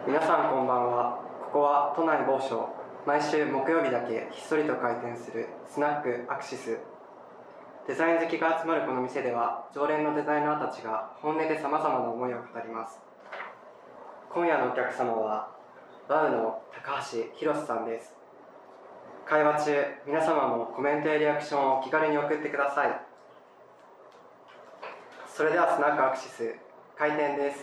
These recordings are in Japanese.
皆さんこんばんは。ここは都内某所、毎週木曜日だけひっそりと開店するスナックアクシス。デザイン好きが集まるこの店では、常連のデザイナーたちが本音でさまざまな思いを語ります。今夜のお客様はワウの高橋宏さんです。会話中、皆様もコメントやリアクションをお気軽に送ってください。それではスナックアクシス開店です。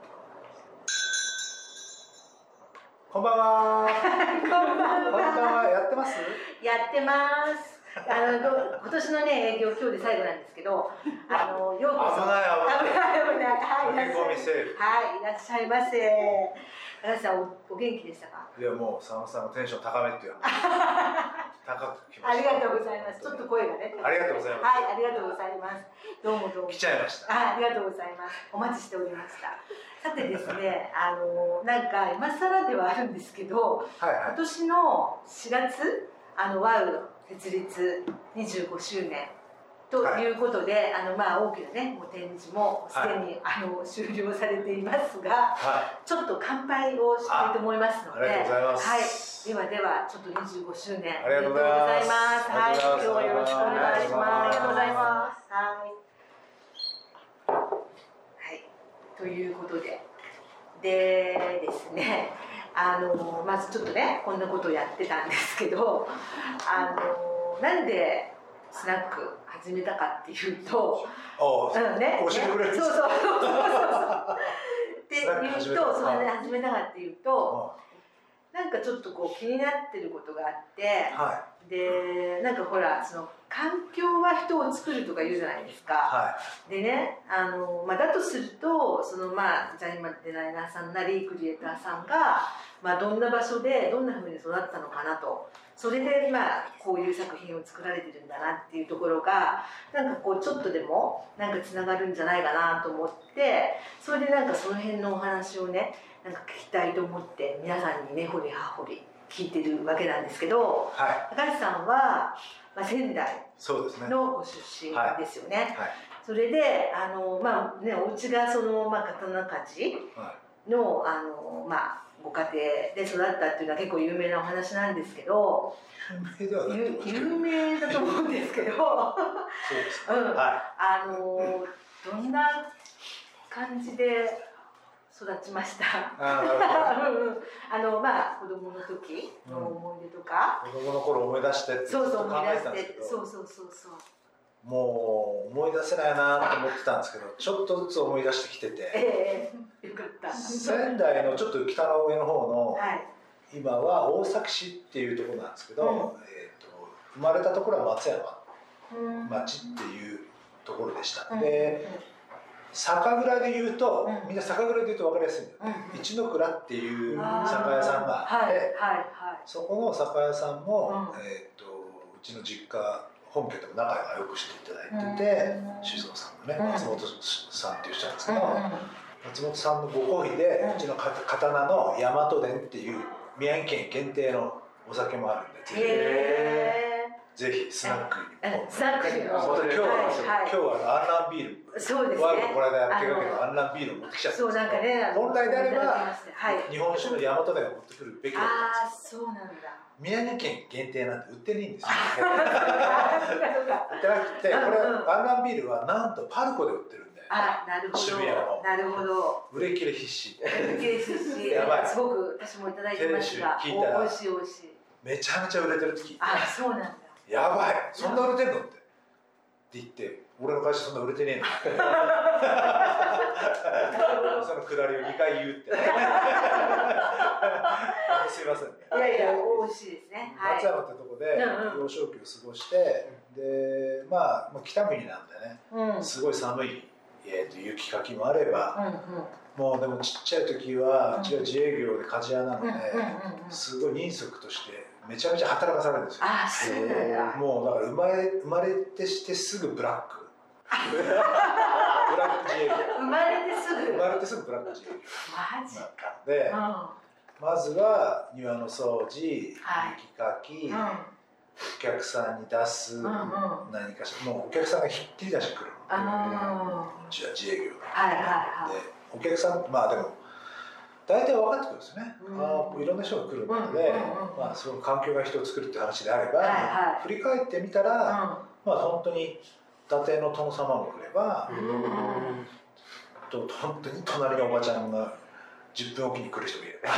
こんばんは。 こんばんは。 やってます？ やってます。今年のね営業今日で最後なんですけど、ようこそ。危ない。はい、いらっしゃいませ。高橋さんお元気でしたか？ いやもう佐野さんのテンション高めっていう話。高く来ました。 ありがとうございます。ちょっと声がね。 ありがとうございます。 はい、ありがとうございます。どうも。 来ちゃいました。 ありがとうございます。お待ちしておりました。さてですね、なんか今更ではあるんですけど、今年の4月ワウ設立25周年ということで、大きなねもう展示もすでに、終了されていますが、ちょっと乾杯をしたいと思いますので、 ありがとうございます。 はい、ではちょっと25周年ありがとうございます。 はい、今日はよろしくお願いします。ありがとうございます。はい、ということでですね、まずちょっとねこんなことをやってたんですけど、なんでスナック始めたかっていうと、 教えてくれるんですか？ そうっていうと、それで始めたかっていうと、なんかちょっとこう気になってることがあって、でなんかほらその環境は人を作るとか言うじゃないですか。でね、だとするとそのじゃあ今デザイナーさんなりクリエイターさんが、どんな場所でどんな風に育ったのかなと、それで今こういう作品を作られてるんだなっていうところがなんかこうちょっとでもなんかつながるんじゃないかなと思って、それでなんかその辺のお話をねなんか聞きたいと思って皆さんに根掘り葉掘り聞いてるわけなんですけど、高橋さんは、仙台のご出身ですよね。それでお家がその刀鍛冶のご家庭で育ったっていうのは結構有名なお話なんですけど、有名だと思うんですけど、どんな感じで育ちました？子供の時の思い出とか、 子供の頃思い出してってずっと考えてたんですけど、もう思い出せないなと思ってたんですけど、ちょっとずつ思い出してきてて、 よかった。 仙台のちょっと北の上の方の、今は大崎市っていうところなんですけど、生まれたところは松山町っていうところでした。で酒蔵でいうと、みんな酒蔵でいうと分かりやすいんだよね。一の蔵っていう酒屋さんがあって、そこの酒屋さんも、うちの実家本家とも仲が良くしていただいてて、酒造さんのね松本さんっていう人なんですけど、松本さんのご厚意でうちの刀の大和伝っていう宮城県限定のお酒もあるんで、ぜひスナックに。今日はアンランビール。 そうですね。 この間手掛けたアンランビールを持ってきちゃったんですけど、本来であれば日本酒の大和伝を持ってくるべきだったんですよ。 そうなんだ。 宮城県限定なんて売ってないんですよ。売ってなくて、これアンランビールはなんとパルコで売ってるんで。渋谷の。 なるほど。 売れ切れ必至。 やばい。すごく私もいただいてました。美味しい。 めちゃめちゃ売れてるって聞いて。 そうなんだ。 やばい、そんな売れてんのって言って、俺の会社そんな売れてねえのそのくだりを2回言うってすいませんね。 いや美味しいですね。 松山ってとこで幼少期を過ごして、で北国なんでね、すごい寒い雪かきもあれば、もうでもちっちゃい時はうちは自営業で鍛冶屋なので、すごい人足としてめちゃめちゃ働かされるんですよ。もうだから生まれてしてすぐブラック自営業。 生まれてすぐブラック自営業。 マジか。 で、まずは庭の掃除、雪かき、お客さんに出す、何かしら、もうお客さんがひっきり出してくる。うちは自営業で、お客さんでも大体分かってくるんですよね。いろんな人が来るので、その環境が人を作るっていう話であれば、振り返ってみたら、本当に伊達の殿様も来れば、本当に隣のおばちゃんが10分おきに来る人もいれば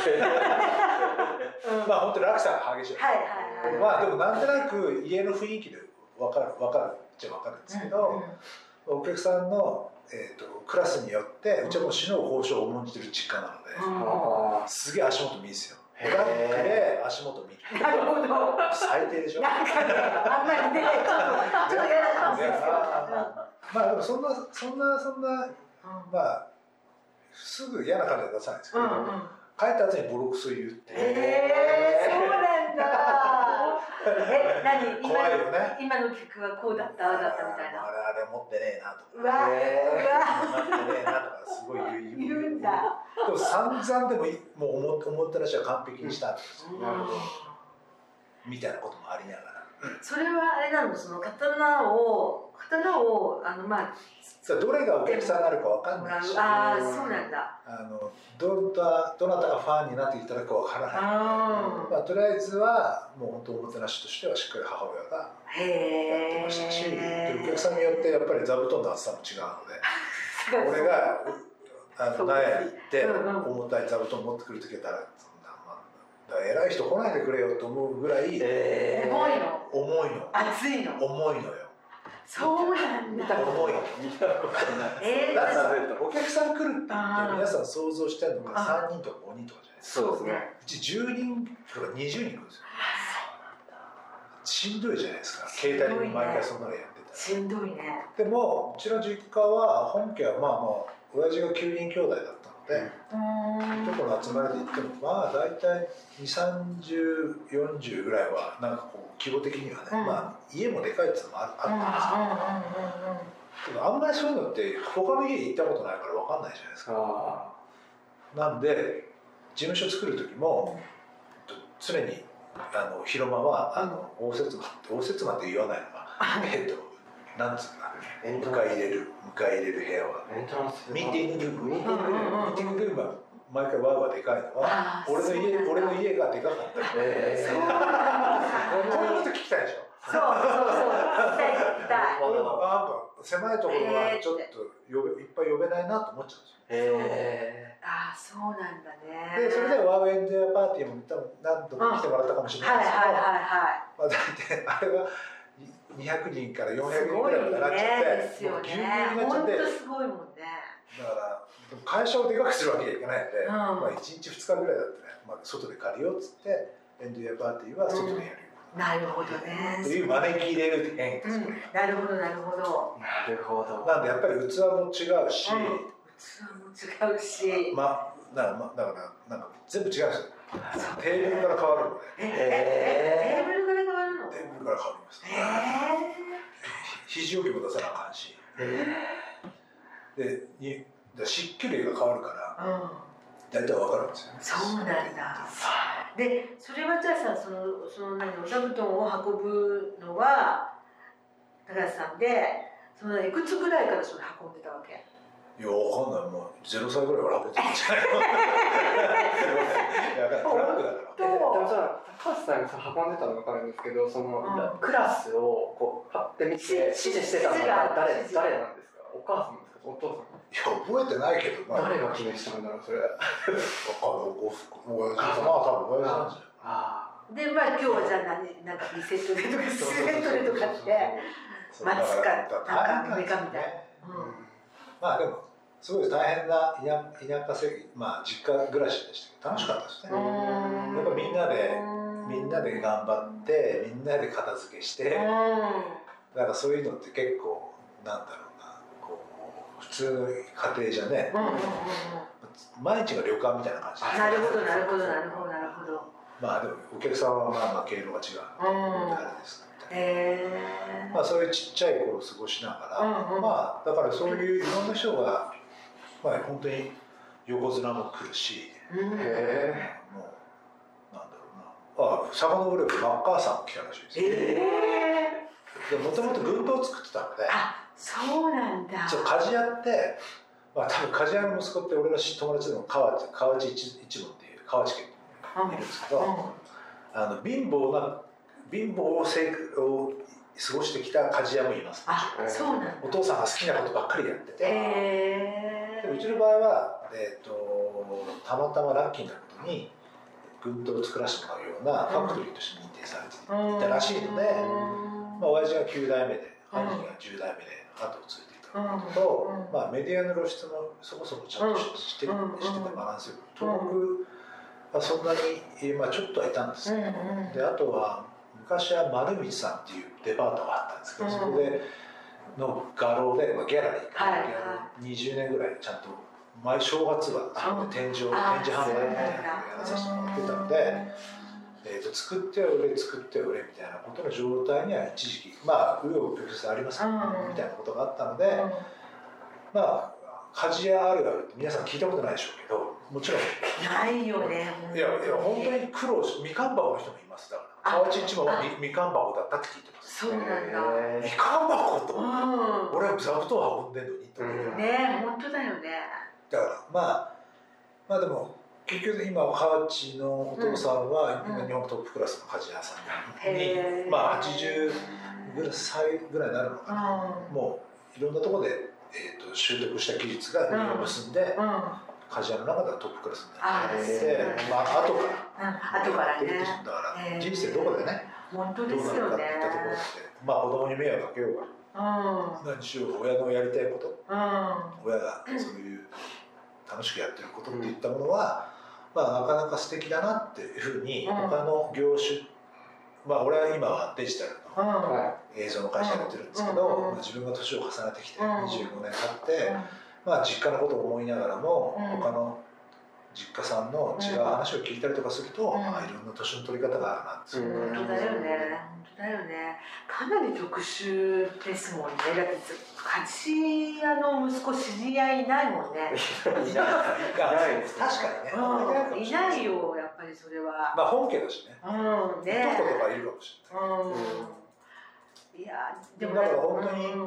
本当に落差が激しい。でもなんとなく家の雰囲気で分かるっちゃ分かるんですけど、お客さんの、クラスによってうちはもう死のう交渉を重んじてる実家なので、すげえ足元見いいですよ。トラックで足元見る。 なるほど。 最低でしょ。 なんかね、あんまりね、ちょっと嫌な感じですけど。 でもそんなすぐ嫌な感じは出さないんですけど、帰った後にボロクソ言うっていう。 そうなんだ。何？ 怖いよね。 今の曲はこうだったああだったみたいな。 あれ持ってねえなとか。 うわ。 持ってねえなとかすごい言うんだ。 でも散々でももう思ったらしは完璧にしたんですよ。みたいなこともありながら。 それはあれなの、その刀をどれがお客さんになるかわかんないし。 そうなんだ。 どなたがファンになっていただくかわからない。とりあえずはもう本当おもてなしとしてはしっかり母親がやってましたし、お客さんによってやっぱり座布団の厚さも違うので、俺が納屋に行って重たい座布団持ってくるときは偉い人来ないでくれよと思うぐらい重いの熱いの重いのよ。 そうなんだ。 重いの。 見たことない。 だってお客さん来るって言って皆さん想像してるのが3人とか5人とかじゃないですか。 そうですね。 うち10人とか20人来るんですよ。しんどいじゃないですか。携帯で毎回そんなのやってたら。 しんどいね。 でもうちの実家は本家は親父が9人兄弟だったので、いとこの集まりで言っても大体20、30、40ぐらいはなんかこう規模的にはね、家もでかいっていうのもあったんですけど、あんまりそういうのって他の家行ったことないから分かんないじゃないですか。なんで事務所作る時も常に広間は応接間って言わないのがなんつうか迎え入れる部屋はミーティングルームは毎回ワーはでかいのは俺の家がでかかった。こういうこと聞きたいでしょ。 そう聞きたい。 狭いところはちょっといっぱい呼べないなと思っちゃうんですよ。 そうなんだね。 でそれでワーウェンデアパーティーも何度も来てもらったかもしれないですけど、大体あれは200人から400人ぐらいまでなっちゃって、 ぎゅうぎゅうになっちゃって、本当すごいもんね。 だから会社をでかくするわけにはいかないので、1日2日ぐらいだってね、外で借りようっつってエンドゥアパーティーは外でやる。 なるほどね。 っていう招き入れる変化です。 なるほどなるほど。 なんでやっぱり器も違うし、だからなんか全部違うんですよ。テーブルから変わるので。 テーブルから変わるの？ テーブルから変わります。肘置きも出さなあかんし。で湿気類が変わるから大体わかるんですよね。 そうなんだ。でそれはじゃあさ、そのお座布団を運ぶのは高橋さんで、いくつぐらいからそれ運んでたわけ？ いや、わかんない。もう0歳ぐらいから運んでたんじゃないの。トラックだから。 でも高橋さんが運んでたの分かるんですけど、クラスをこうパッて見て指示してたのは誰なんですか？お母さんですか？お父さん？ いや、覚えてないけど、 誰が決めしたんだろうそれ。 親父さんは多分親父なんですよ。 で今日はじゃあなんか2セットでとか3セットでとかって待つかなんかメカみたいな。 でもすごい大変な田舎実家暮らしでしたけど楽しかったですね。やっぱみんなで頑張ってみんなで片付けして、なんかそういうのって結構なんだろうな、こう普通の家庭じゃね、毎日が旅館みたいな感じで。 なるほどなるほど。 でもお客さんは経路が違うのであれですけど、そういうちっちゃい頃を過ごしながら、だからそういういろんな人が本当に横綱も来るし、もうなんだろうな、遡ればマッカーサーも来たらしいです。もともと軍刀を作ってたので、 そうなんだ。 鍛冶屋ってまあ多分梶原の息子って俺の友達の河内一門っていう河内家にいるんですけど、貧乏を過ごしてきた梶屋もいます。 そうなんだ。 お父さんが好きなことばっかりやってて、でうちの場合は、たまたまラッキーなことに軍刀を作らせてもらうようなファクトリーとして認定されていたらしいので、まあ親父が9代目で兄貴が10代目で後を継いでいたことと、まあ、メディアの露出もそこそこちゃんとしてたバランスよく、東北はそんなに、まあ、ちょっとはいたんですけど、であとは昔は丸道さんっていうデパートがあったんですけど、そこでの画廊で、ギャラリーか、20年ぐらいちゃんと毎正月はそこで展示販売みたいなのをやらさせてもらってたので、作っては売れ作っては売れみたいなことの状態には一時期まあ紆余曲折ありますけど、みたいなことがあったので、まあ鍛冶屋あるあるって皆さん聞いたことないでしょうけど、もちろんないよね。 いや本当に苦労し、みかん箱の人もいます。だから河内一門はみかん箱だったって聞いてます。 そうなんだ。 みかん箱と、俺は座布団運んでんのにと思うね、本当だよね。 だからまあでも結局今河内のお父さんは今日本トップクラスの鍛冶屋さんに、まあ80歳ぐらいになるのかな、もういろんなところで、習得した技術が実を結んで、鍛冶屋の中ではトップクラスになってまあ後からね、だから人生どこでね本当ですよね、 どうなるかっていったところで、まあ子供に迷惑かけようが、何しよう親のやりたいこと、親がそういう楽しくやってることっていったものは、まあなかなか素敵だなっていうふうに他の業種、まあ俺は今はデジタルの映像の会社やってるんですけど、自分が年を重ねてきて25年経って、まあ実家のことを思いながらも他の実家さんの違う話を聞いたりとかすると、いろんな年の取り方があるなって。 本当だよね、本当だよね。かなり特殊ですもんね。だって鍛冶屋の息子知り合いいないもんね。 確かにね。 いないよ、やっぱりそれは。 まあ本家だしね。いとことかいるかもしれない。 いやでもだから本当に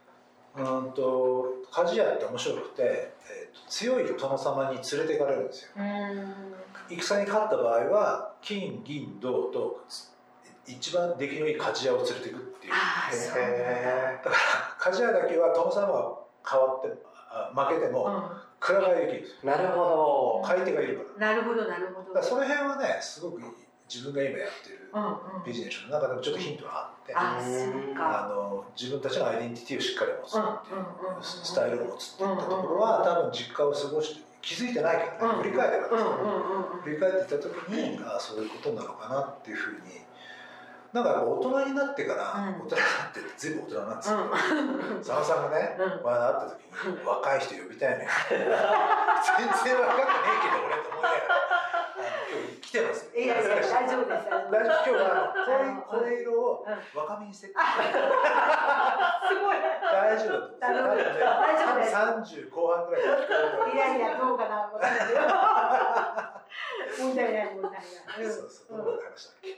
鍛冶屋って面白くて、強い殿様に連れて行かれるんですよ。戦に勝った場合は金銀銅と一番出来のいい鍛冶屋を連れていくっていう。だから鍛冶屋だけは殿様が変わって負けても蔵替えできるんですよ。 なるほど。 買い手がいるから。 なるほどなるほど。 だからその辺はね、すごく自分が今やってるビジネスの中でもちょっとヒントがあって、自分たちのアイデンティティをしっかり持つっていう、スタイルを持つっていったところは多分実家を過ごして気づいてないけどね、振り返ればですね、振り返っていった時にそういうことなのかなっていうふうに、なんかやっぱ大人になってから、大人になって随分大人なんですけど、佐野さんがね、前会った時に若い人呼びたいね全然若くねえけど俺と思いながら今日来てます。 いや大丈夫です。 大丈夫。今日は声色を若めに設定してすごい大丈夫だと思う。大丈夫です。30後半ぐらいで聞こえる。 いやどうかな、分かんないよ。問題ない問題ない。 そうそう、どう話したっけ。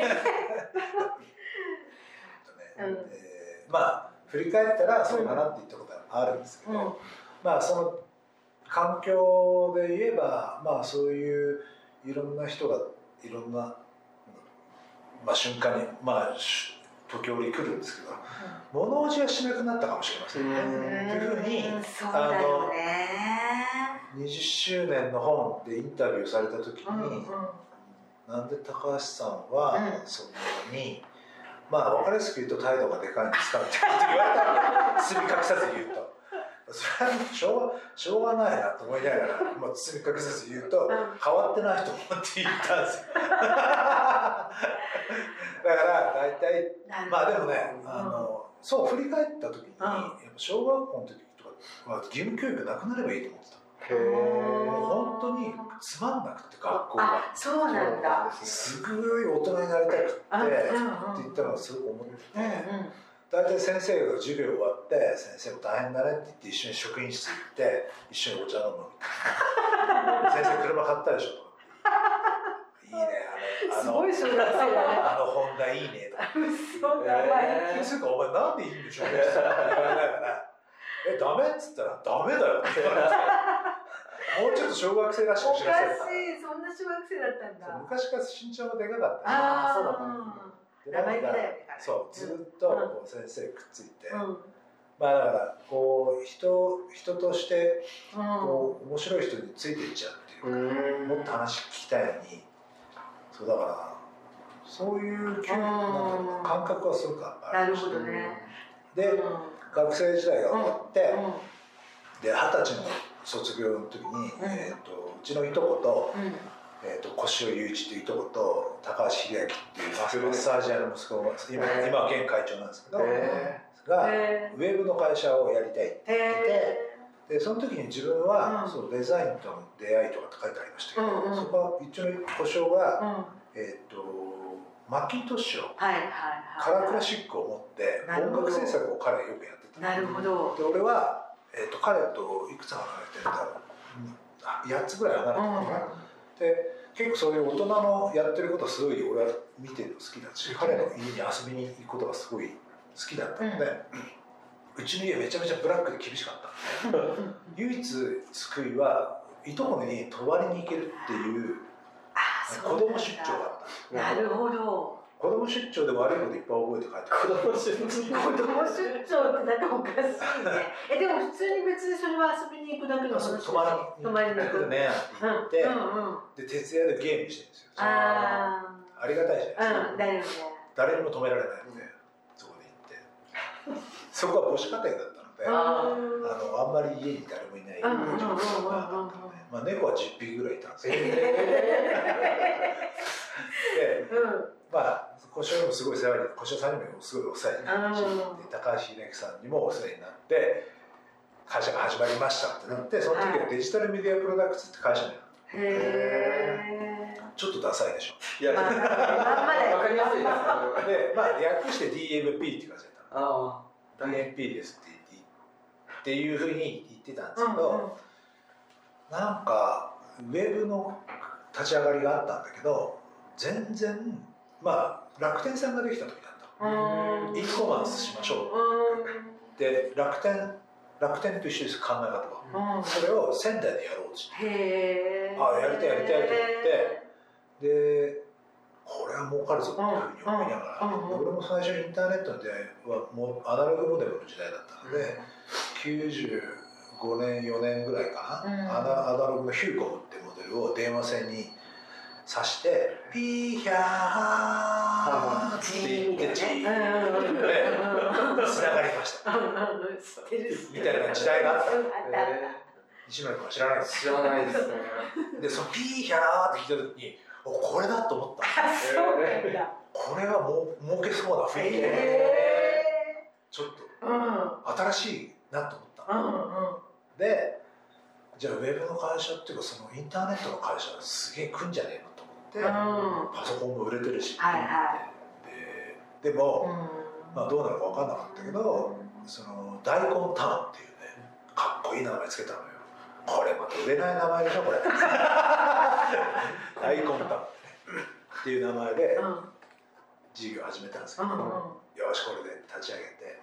まあ振り返ったらそうだなって言ったことはあるんですけど、まあその環境で言えば、まあそういういろんな人がいろんな、まあ、瞬間に、まあ、時折来るんですけど、物おじはしなくなったかもしれませんね。というふうにそうだよね。 20周年の本でインタビューされた時に、なんで高橋さんはそんなに、まあ分かりやすく言うと態度がでかいんですかって言われたら包み隠さず言うと。それはしょうがないなと思いながら、まあ、包み隠さず言うと、変わってないと思って言ったんですよ。だから大体まあでもね、そう振り返った時に、やっぱ小学校の時とかは義務教育なくなればいいと思ってた。もう本当につまんなくて学校が。 そうなんだ。 すごい大人になりたくって言ったのがすごく思ってて。大体先生が授業終わって「先生も大変だね」って言って一緒に職員室行って一緒にお茶飲む先生車買ったでしょといいねすごい小学生だね。 ホンダいいねとか先生が「お前なんでいいんでしょうね」って言われながらダメっつったらダメだよって言われてもうちょっと小学生らしくしなさい。 おかしい、そんな小学生だったんだ。 昔から身長もでかかった。 ああ、そうだった。 生意気だよね。そう、ずっとこう先生くっついて、まあだからこう人としてこう面白い人についていっちゃうっていうか、もっと話聞きたいのに、そうだからそういう感覚はすごくある。 なるほどね。 で、学生時代が終わって、で20歳の卒業の時に、うちのいとこと、越尾雄一といういとこと高橋秀明っていうマッサージ屋の息子が今は現会長なんですけど、がウェブの会社をやりたいって言ってて、でその時に自分は、そうデザインとの出会いとかって書いてありましたけど、そこはうちの越尾が、マッキントッシュを、カラークラシックを持って音楽制作を彼はよくやってた。 なるほど。 で俺は、彼といくつ離れてるんだろう、8つぐらい離れてるのかな。で結構そういう大人のやってることすごい俺は見てるの好きだし、彼の家に遊びに行くことがすごい好きだったので、うちの家めちゃめちゃブラックで厳しかったので唯一救いはいとこの家に泊まりに行けるっていう子供出張があった。 なるほど。 子供出張で悪いこといっぱい覚えて帰ってくる。 子供出張ってなんかおかしいね。でも普通に別にそれは遊びに行くだけの話でしょ。泊まりに行くねって言って、で徹夜でゲームしてるんですよ。ありがたいじゃないですか。誰にも止められないので、そこで行って。そこは母子家庭だったので、あんまり家に誰もいない状況があったので、まあ猫は10匹ぐらいいたんですけど。で、まあ越尾にもすごい世話に、越尾さんにもすごいお世話になったし、高橋秀樹さんにもお世話になって会社が始まりましたってなって、その時はデジタルメディアプロダクツって会社になった。ちょっとダサいでしょ。 いや、わかりやすいですで、まあ略して DMP って感じだったの。DMP ですっていうふうに言ってたんですけど、なんかウェブの立ち上がりがあったんだけど、全然まあ楽天さんができた時だった。e コマースしましょう。で楽天と一緒です、考え方は。それを仙台でやろうとして、やりたいと思って、でこれは儲かるぞっていうふうに思いながら、俺も最初インターネットの出会いはもうアナログモデルの時代だったので、95年4年ぐらいかな、アナログのヒューコムってモデルを電話線に挿して「ピーヒャー」って言って「チー」でつながりましたみたいな時代があった。西村君は知らないです。 知らないですね。 でその「ピーヒャー」って聞いた時にこれだと思った。これはもう儲けそうな雰囲気で、ちょっと新しいなと思った。でじゃあウェブの会社っていうかそのインターネットの会社すげえ来んじゃねえのと思って、パソコンも売れてるし、でも、まあどうなるか分かんなかったけど、その大根タウンっていうねかっこいい名前つけたのよ。これまた売れない名前でしょこれ。大根タウンっていう名前で事業始めたんですけど、よしこれで立ち上げて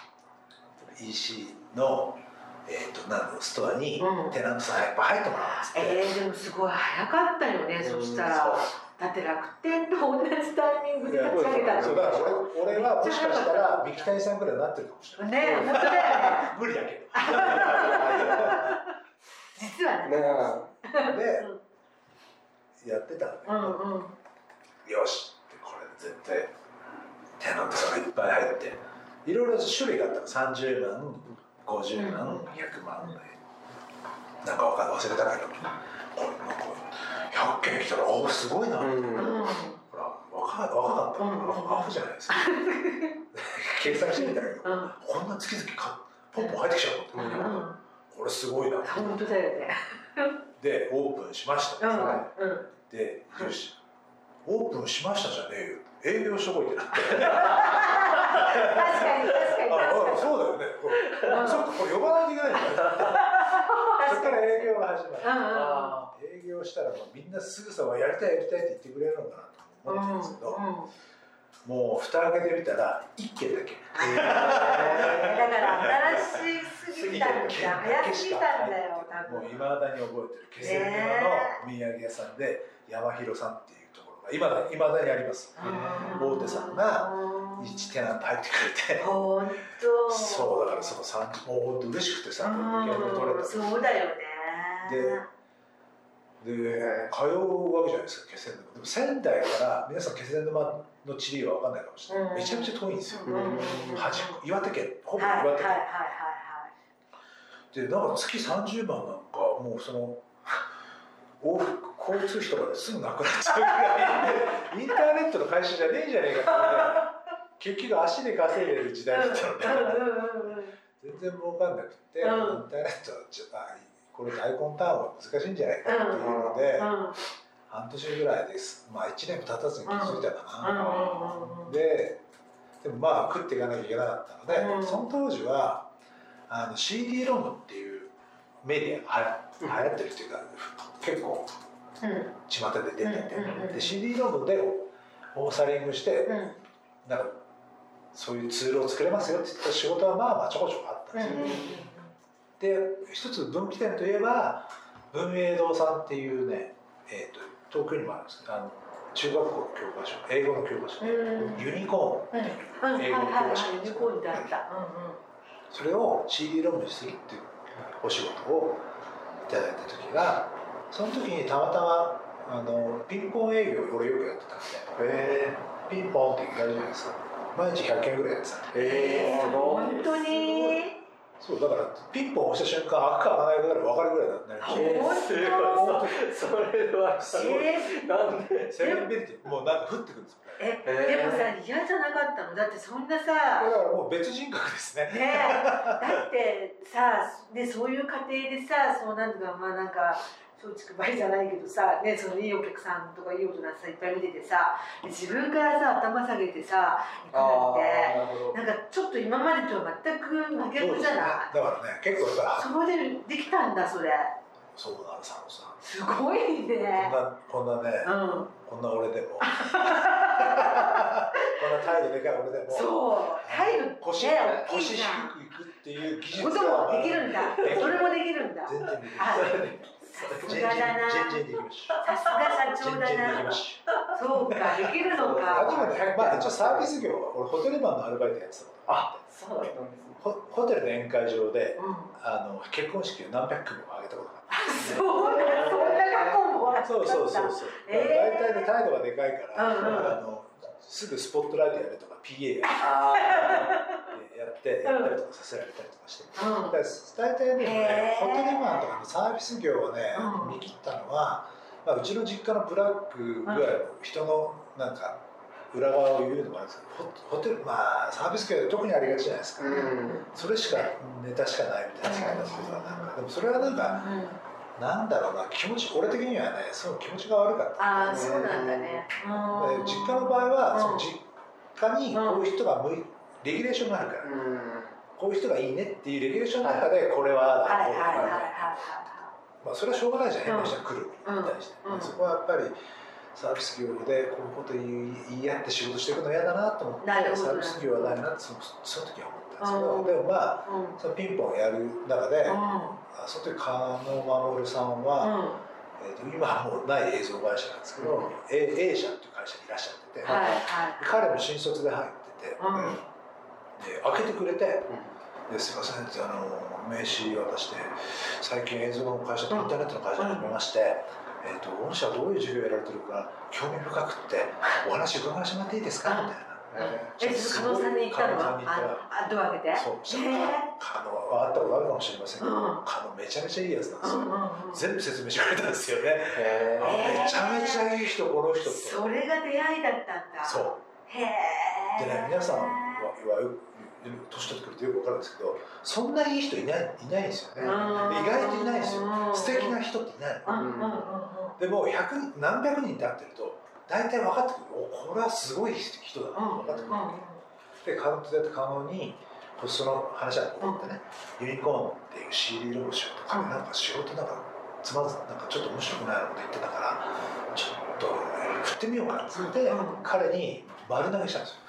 EC のストアにテナントさんやっぱ入ってもらおうっつって。 でもすごい早かったよね。そしたらだって楽天と同じタイミングで立ち上げたの。 そうだから俺はもしかしたら三木谷さんぐらいになってるかもしれない。 ね、本当だよね。 無理だけど。 実はね。 でやってたんだけど、よしってこれ絶対テナントさんがいっぱい入っていろいろ種類があったの。30万50万100万なんか忘れたけど、これなんか100件来たらおすごいな、ほら若かったらアホじゃないですか。計算してみたけど、こんな月々ポンポン入ってきちゃうの、これすごいな。 本当だよね。 でオープンしましたで、よしオープンしましたじゃねえよ、営業しとこいってなって。確かにそうだよね。そっか、これ呼ばないといけないんだよ。そっから営業が始まる。営業したらみんなすぐさまやりたいって言ってくれるのかなと思ってたんですけど、 もう蓋開けてみたら1軒だけ。 だから新しすぎたんじゃ早すぎたんだよ多分。 もう未だに覚えてる気仙沼のお土産屋さんで山広さんっていうところが未だにあります。大手さんが1テナント入ってくれて、 本当そうだからその30もう本当嬉しくてさ、 取れた。そうだよね。 で通うわけじゃないですか気仙沼。でも仙台から皆さん気仙沼の地理は分かんないかもしれない。めちゃめちゃ遠いんですよ。岩手県ほぼ岩手県。でなんか月30万なんかもうその往復交通費とかですぐなくなっちゃうぐらいインターネットの会社じゃねえんじゃねえかって結局足で稼いでる時代だったので全然儲かんなくて、インターネットこれ大根ターンは難しいんじゃないかっていうので、半年ぐらいです。まあ1年も経たずに気づいたかな。でもまあ食っていかなきゃいけなかったので、その当時はCD ロムっていうメディアが流行ってるっていうか結構巷で出てて、で CD ロムでオーサリングして、なんかそういうツールを作れますよって言った仕事はまあまあちょこちょこあったんですよ。で一つ分岐点といえば文英堂さんっていうね、東京にもあるんですけど中学校の教科書英語の教科書ユニコーンっていう英語の教科書なんですけど、それを CD ロムにするっていうお仕事をいただいた時が、その時にたまたまピンポン営業を俺よくやってたんで、ピンポンってやるじゃないですか。毎日100件ぐらいやってたんで。 本当にそうだからピンポン押した瞬間開くか開かないかぐらい分かるぐらいになりました。 それはなんでセレブリティもうなんか降ってくるんですよ。 でもさ嫌じゃなかったの？だってそんなさ、 だからもう別人格ですね。 だってさ、そういう家庭でさ、そうなんとかまあなんか松竹梅じゃないけどさ、そのいいお客さんとかいい大人さいっぱい見ててさ、自分からさ頭下げてさ行くなんてなんかちょっと今までとは全く真逆じゃない？ だからね結構それでできたんだそれ。 そうなのさすごいね。 こんなね、こんな俺でもこんな態度でかい俺でもそう態度腰低くいくっていう技術ができるんだ。それもできるんだ。 全然できる。 さすがだな。 全然できました。 さすが社長だな。そうか、できるのか。 でもね、まあ一応サービス業は俺ホテルマンのアルバイトやってたことあ、そうだったんですね。 ホテルの宴会場で結婚式を何百組も挙げたことがある。 そんな過去もあった。 そう。大体で態度がでかいからすぐスポットライトやれとか PA やったりとかさせられたりとかして、大体ねホテルマンとかのサービス業をね見切ったのは、うちの実家のブラックぐらいの人のなんか裏側を言うのもあるんですけど、ホテルサービス業で特にありがちじゃないですか。それしかネタしかないみたいな使い方するからなんかでもそれはなんか。なんだろうな気持ち俺的にはねすごい気持ちが悪かった。 そうなんだね。 実家の場合はその実家にこういう人がレギュレーションがあるから、こういう人がいいねっていうレギュレーションの中でこれはそれはしょうがないじゃん、変な人が来るに対して。そこはやっぱりサービス業でこういうこと言い合って仕事していくの嫌だなと思って、サービス業はないなってその時は思ったんですけど、でもそのピンポンやる中でその時加納守さんは、今はもうない映像会社なんですけど、A 社っていう会社にいらっしゃってて、彼も新卒で入ってて、で開けてくれて、すいませんって名刺渡して最近映像の会社とインターネットの会社に始めまして、御社はどういう授業をやられてるか興味深くってお話伺わせてもらっていいですかみたいな。 加納さんに言ったのはドア開けて。 そう加納は会ったことあるかもしれませんけど、加納めちゃめちゃいいやつなんですよ。全部説明してくれたんですよね。めちゃめちゃいい人この人って。 それが出会いだったんだ。 そうでね、皆さんは年取ってくるとよく分かるんですけど、そんないい人いないんですよね。意外といないんですよ。素敵な人っていないの。でも何百人って会ってると大体分かってくる。これはすごい人だなって分かってくる。で、加納にその話はこうってね、ユニコーンっていう CD ロム仕事とかなんか仕事なんかつまずなんかちょっと面白くないのって言ってたから、ちょっとと振ってみようかっつって、彼に丸投げしたんですよ。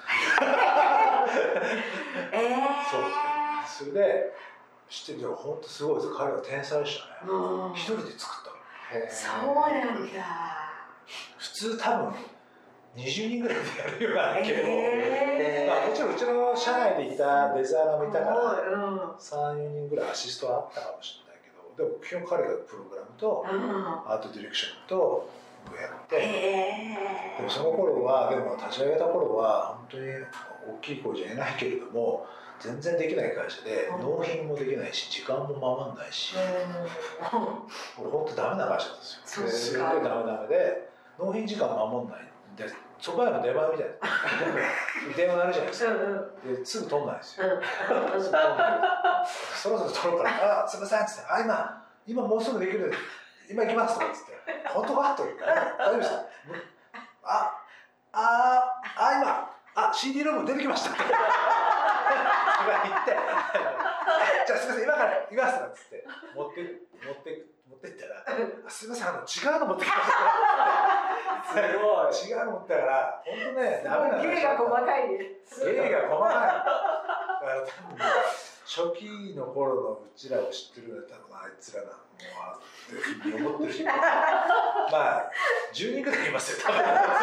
そうそれで知ってるよ、本当すごいです。彼は天才でしたね。一人で作ったの。 そうなんだ。 普通多分20人ぐらいでやるようなけど、まあ、もちろんうちの社内でいたデザイナーもいたから、3、4人ぐらいアシストはあったかもしれないけど、でも基本彼がプログラムとアートディレクションとやって、でもその頃は、でも立ち上げた頃は本当に大きい声じゃ言えないけれども、全然できない会社で、納品もできないし時間も守んないし、俺本当ダメな会社ですよ。すごいダメで、納品時間守んないんで、そば屋の出前みたいな電話鳴るじゃないですか、ですぐ取んないですよ、そろそろ取ろうから「あ、すみません」っつって「今もうすぐできる、今行きます」とかっつって「本当か?」とか「大丈夫ですか?」今CD ルーム出てきました」とか言って「じゃあすみません、今から行きます」とかっつって持ってったら「すみません、違うの持ってきました」すごい違うの持ったから本当ね、ダメなんだよ。芸が細かいね。芸が細かい。だから多分初期の頃のうちらを知ってるんだったら、あいつらなって思ってるし、まあ10人ぐらいいますよ多分。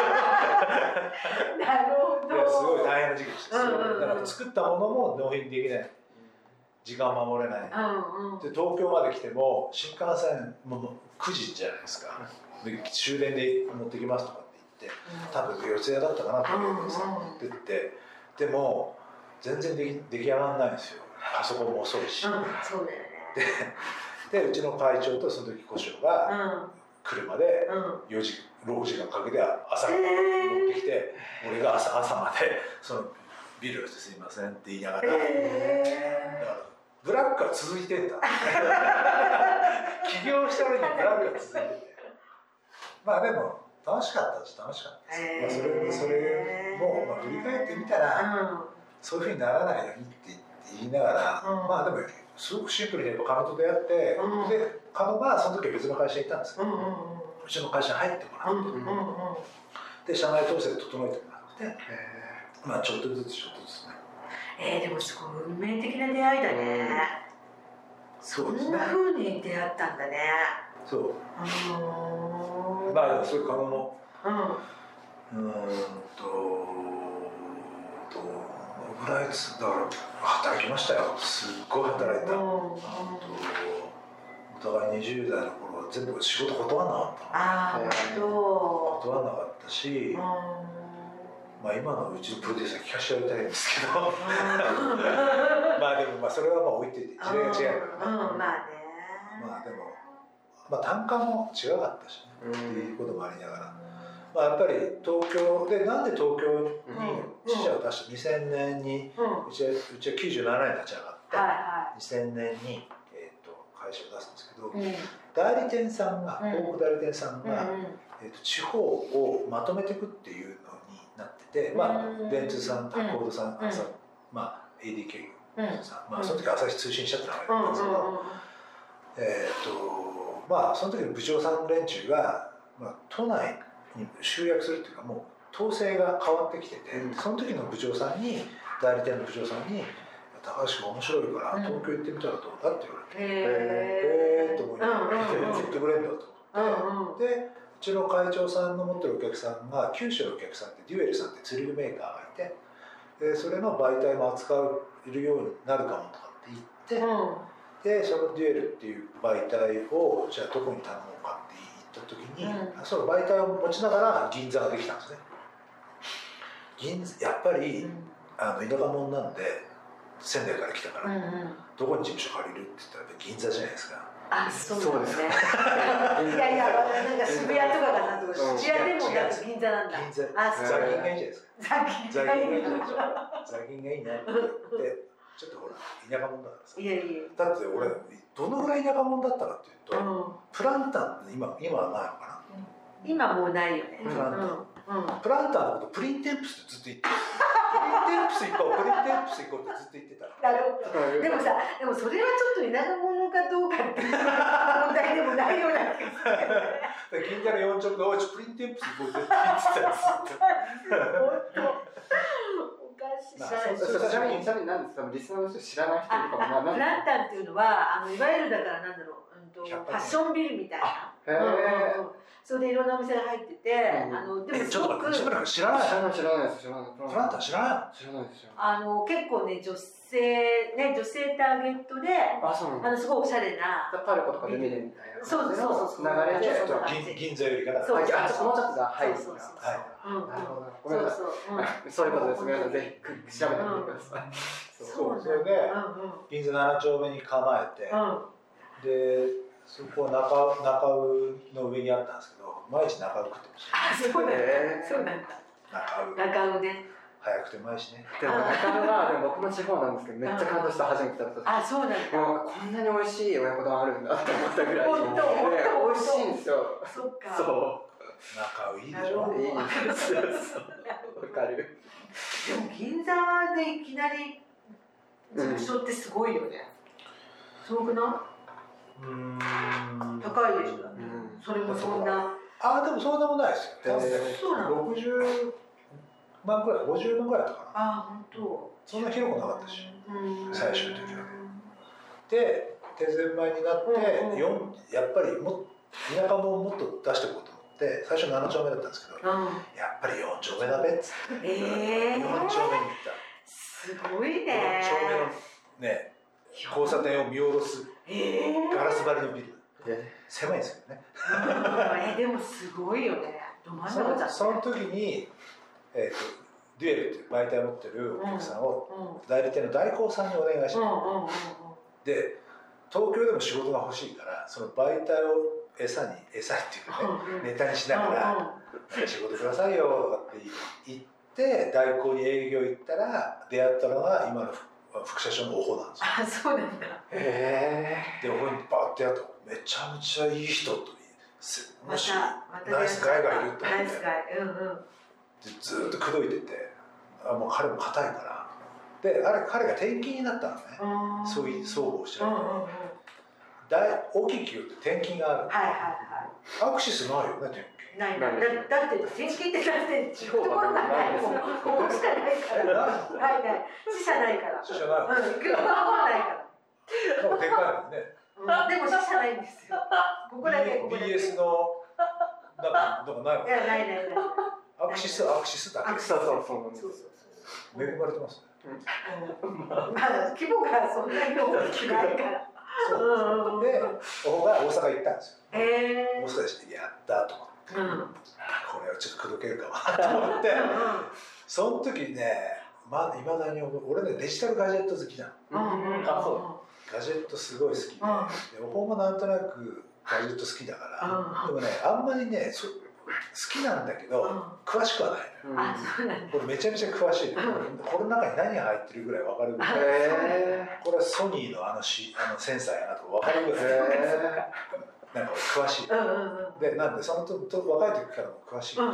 なるほど。すごい大変な時期でした。だから作ったものも納品できない、時間守れない。で東京まで来ても新幹線も9時じゃないですか。終電で持ってきますとかって言って、多分四谷だったかなと思って持ってって、でも全然出来上がらないんですよ。パソコンも遅いし。そうだよね。でうちの会長とその時古生が車で6時間かけて朝から持ってきて、俺が朝までそのビルですいませんって言いながら、だからブラックが続いてんだ。起業したのにブラックが続いてて。まあでも楽しかったです。それも振り返ってみたら、そういうふうにならないようにって言いながら、まあでもすごくシンプルにやっぱ狩野と出会って、で狩野がその時は別の会社にいたんですけど、うちの会社に入ってもらって、で社内統制で整えてもらって、まあちょっとずつね。でもすごい運命的な出会いだね。そんなふうに出会ったんだね。 そう。まあでもそういう狩野のぐらいだから働きましたよ。すっごい働いた。お互い20代の頃は全部仕事断らなかったの。断らなかったし、まあ今のうちのプロデューサー聞かせてやりたいんですけど、まあでもそれはまあ置いてて時代が違うからね。まあでも単価も違かったしねっていうこともありながら、まあやっぱり東京でなんで東京に支社を出した2000年にうちは97年立ち上がって2000年に会社を出すんですけど、代理店さんが広告代理店さんが地方をまとめていくっていうのになってて、まあ電通さん、タコードさん、まあ ADK さん、まあその時朝日通信社って名前だったんですけど、まあその時の部長さん連中が、まあ、都内に集約するっていうか、もう統制が変わってきてて、その時の部長さんに代理店の部長さんに「高橋君面白いから東京行ってみたらどうだ?」って言われて、と思いながら言ってくれるんだと思って、でうちの会長さんの持ってるお客さんが九州のお客さんってデュエルさんってツールメーカーがいて、でそれの媒体も扱えるようになるかもとかって言って。でそのデュエルっていう媒体をじゃあどこに頼もうかって言った時に、その媒体を持ちながら銀座ができたんですね。やっぱり田舎者なんで仙台から来たから、どこに事務所借りるって言ったらやっぱ銀座じゃないですか。 そうですね。いやなんか渋谷とかがなんとか渋谷でもなんか銀座なんだ。 座銀がいいじゃないですか。座銀がいいなって言って。ちょっとほら田舎者だからさ。だって俺どのぐらい田舎者だったかっていうと、プランターって今はないのかな。 今もうないよね。 プランターのことプリンテンプスってずっと言ってる。プリンテンプス行こうってずっと言ってた。 なるほど。でもそれはちょっと田舎者かどうかっていう問題でもないような気がする。 銀座の4丁目のプリンテンプスにこう絶対言ってたやつ。 おかしい。 ちなみに何ですか、リスナーの人知らない人とかもプランタンっていうのはいわゆるだからなんだろう、ファッションビルみたいな。それでいろんなお店が入ってて、でもちょっと待って、西村君知らない？ 知らないです。 プランタン知らない？ 知らないですよ。 結構ね、女性ターゲットで、すごいおしゃれな。 パルコとかルミネみたいな。 そう流れで。 銀座よりから。 もうちょっとだ。はい。 そう。 なるほど。ごめんなさい。そういうことです。皆さんぜひ調べてみてください。 そう、それで銀座7丁目に構えて、でそこは中尾の上にあったんですけど、毎日中尾食ってました。 そうなんだ。中尾ね。 早くてうまいしね。 でも中尾は僕の地方なんですけど、めっちゃ感動した。初めて食べた時。 そうなんだ。 こんなに美味しい親子丼あるんだって思ったぐらい。 本当美味しいんですよ。 そっか。 そう。 中尾いいでしょ。 いいです。わかる。 でも銀座でいきなり通称ってすごいよね。すごくない？高いでしょ。それもそんな。 でもそうでもないですよ。 そうなの。 60万ぐらい、50万ぐらいだったかな。 本当。 そんな広くなかったし、最初の時は。で、手前になって、やっぱり田舎ももっと出していこうと思って、最初7丁目だったんですけど、やっぱり4丁目だべっつって、4丁目に行った。 すごいね。 4丁目のね、交差点を見下ろすガラス張りのビル。狭いんですけどね。 でもすごいよね。 その時にデュエルっていう媒体を持ってるお客さんを代理店の代行さんにお願いして、で東京でも仕事が欲しいから、その媒体を餌っていうかね、ネタにしながら仕事くださいよとかって言って代行に営業行ったら出会ったのが今の副社長のおほなんですよ。 そうなんだ。 でおほにバーってやるとめちゃめちゃいい人ともしナイスガイがいると思って、ずっと口説いてて、もう彼も硬いから、で彼が転勤になったのね。そういう総合しちゃう。大きい企業って転勤がある。アクシスないよね、転勤。 ない。だって転勤ってだって地方ところがないもん。ここしかないから。ない。支社ないから。 支社ない。 行くところないから。 でもでかいもんね。 でも支社ないんですよ。ここだけ。 BS のなんかないもん。 ない。 アクシスだけ。 そう恵まれてますね。 規模がそんなに大きくないから。 そうで、僕が大阪行ったんですよ。大阪でやったと思って、これはちょっと口説けるかもと思って、その時ね、いまだに俺ね、デジタルガジェット好きなの。ガジェットすごい好きで、僕もなんとなくガジェット好きだから、でもね、あんまりね、好きなんだけど、詳しくはないのよ。これめちゃめちゃ詳しい。この中に何が入ってるぐらい分かるぐらい。これはソニーのセンサーやなとか分かるぐらい。なんか詳しい。で、なんでその若い時からも詳しいって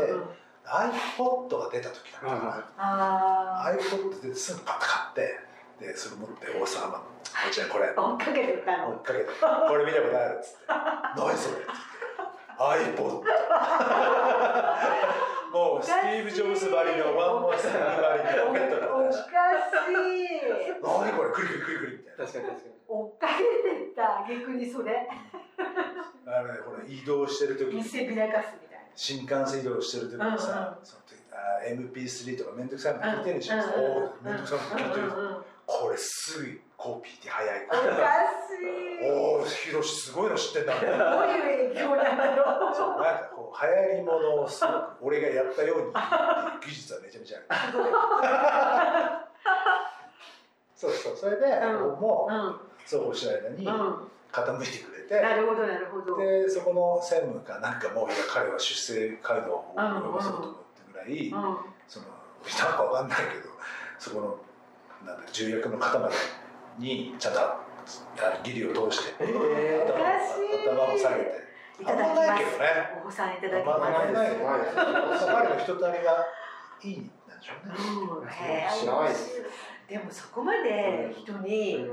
iPod が出た時だったかな。iPod 出てすぐパッと買って、でそれ持って大阪まで。こちらこれ追っかけてたの。 これ見たことあるっつって。何それ。iPod もうスティーブ・ジョブズばりのワンモアスティングばりのポケットだったし、 おかしい。 何これクリみたいな。 確かに追っかけてた。逆にそれほら移動してる時に見せびらかすみたいな。 新幹線移動してる時にさ、その時MP3 とかめんどくさいの聞いてるじゃん。めんどくさいの聞いてる。これすぐコピーで早い。 おかしい。 ヒロシすごいの知ってんだ。どういう影響なんだろう。 そう、なんかこう流行りものをすごく俺がやったようにっていう技術はめちゃめちゃある。そうそれで僕もそうこうしない間に傾いてくれて、 なるほど。 でそこの専務かなんかも彼は出世街道を及ばそうと思ってぐらい、そのなんかわかんないけどそこの重役の方までにちゃんと義理を通して頭を下げて。 いただきます。お子さんいただきます。 彼の人たりがいいなんでしょうね。 でもそこまで人に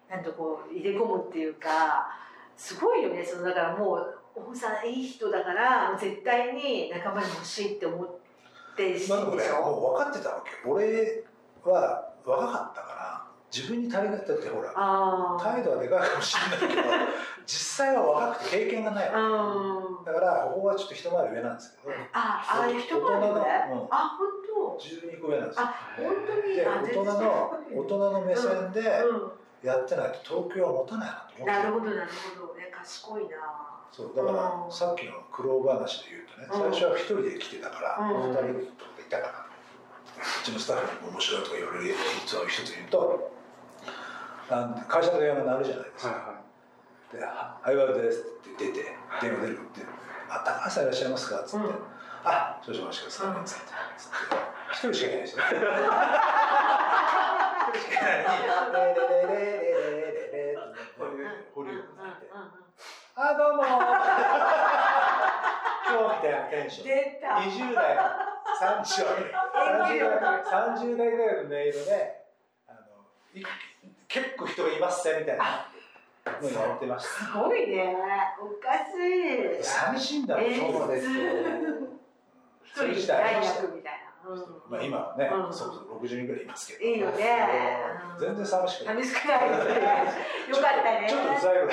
なんとこう入れ込むっていうかすごいよね。だからもう大野さんいい人だからもう絶対に仲間に欲しいって思って今のねもう分かってたわけ。俺は若かったから自分に足りないってほら態度はでかいかもしれないけど実際は若くて経験がないわけだからここはちょっと一回り上なんですけどああいう一回り上、あ本当 12個上なんですよ。 あ本当にで大人の目線でやってないと東京は持たないなと思って。 なるほどなるほどね、賢いな。 そうだからさっきの苦労話で言うとね、最初は一人で来てたから2人とかでいたから、うちのスタッフに面白いとか言われる一つ言うと会社の電話が鳴るじゃないですか。で「はいわです」って出て電話出るって「あ高橋さんいらっしゃいますか?」っつって「あ少々お待ちください」っつって一人しかいないですよ。一人しかいないのに「レレレレレレレレ」って保留音がって「あどうも今日みたいなテンション」20代の30代ぐらいの音色で結構人がいますねみたいなのをやってました。 すごいね、おかしい。 寂しいんだろう。そうですよ。 一人大役みたいな。 まあ今はね、そこそこ60人ぐらいいますけど。 いいよね。 全然寂しくない。 寂しくないですね。よかったね。 ちょっとうざいぐらい。 よか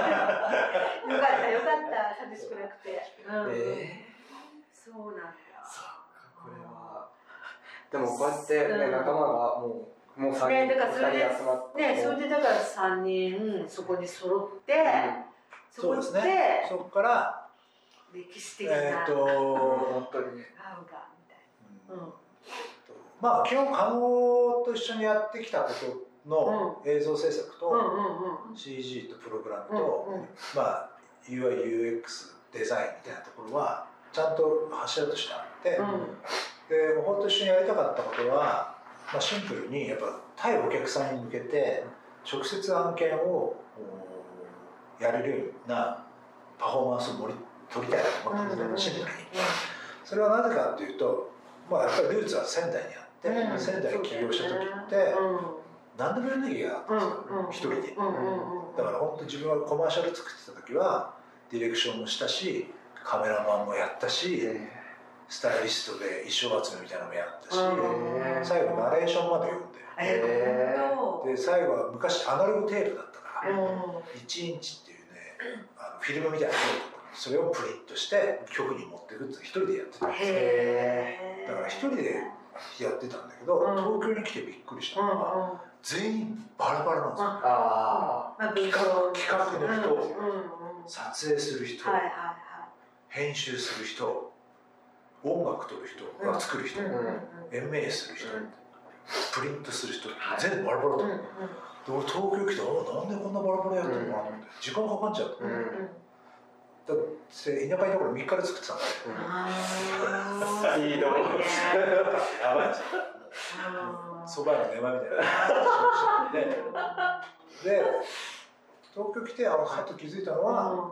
った寂しくなくて。そうなんだ。 これはでもこうやって仲間がもう3人集まってね、それでだから3人そこに揃って、 そうですね。そこから歴史的な本当に合うかみたいな。 まあ基本加納と一緒にやってきたことの映像制作と CG とプログラムとまあ UI/UX デザインみたいなところはちゃんと柱としてあって、で本当一緒にやりたかったことは、まあ、シンプルにやっぱ対お客さんに向けて直接案件をやれるようなパフォーマンスを取りたいなと思ったんですね、シンプルに。それはなぜかというと、まあ、やっぱりルーツは仙台にあって、仙台に起業した時って何でもやらなきゃいけなかったんですよ、一人で。だから本当自分はコマーシャル作ってた時はディレクションもしたしカメラマンもやったし、スタイリストで衣装集めみたいなのもやったし、最後ナレーションまで読んで、で最後は昔アナログテープだったから1インチっていうねフィルムみたいなのそれをプリントして局に持っていくって一人でやってたんですよ。だから一人でやってたんだけど、東京に来てびっくりしたのは全員バラバラなんですよ。企画の人、撮影する人、編集する人、音楽撮る人、作る人、MA する人、プリントする人、全部バラバラだった。で俺東京来てなんでこんなバラバラやってるのかなと思って時間かかっちゃうと。だって田舎のところ3日で作ってたんだよ。スピードやばいですよ。そばの出前みたいな。で東京来てはっと気づいたのは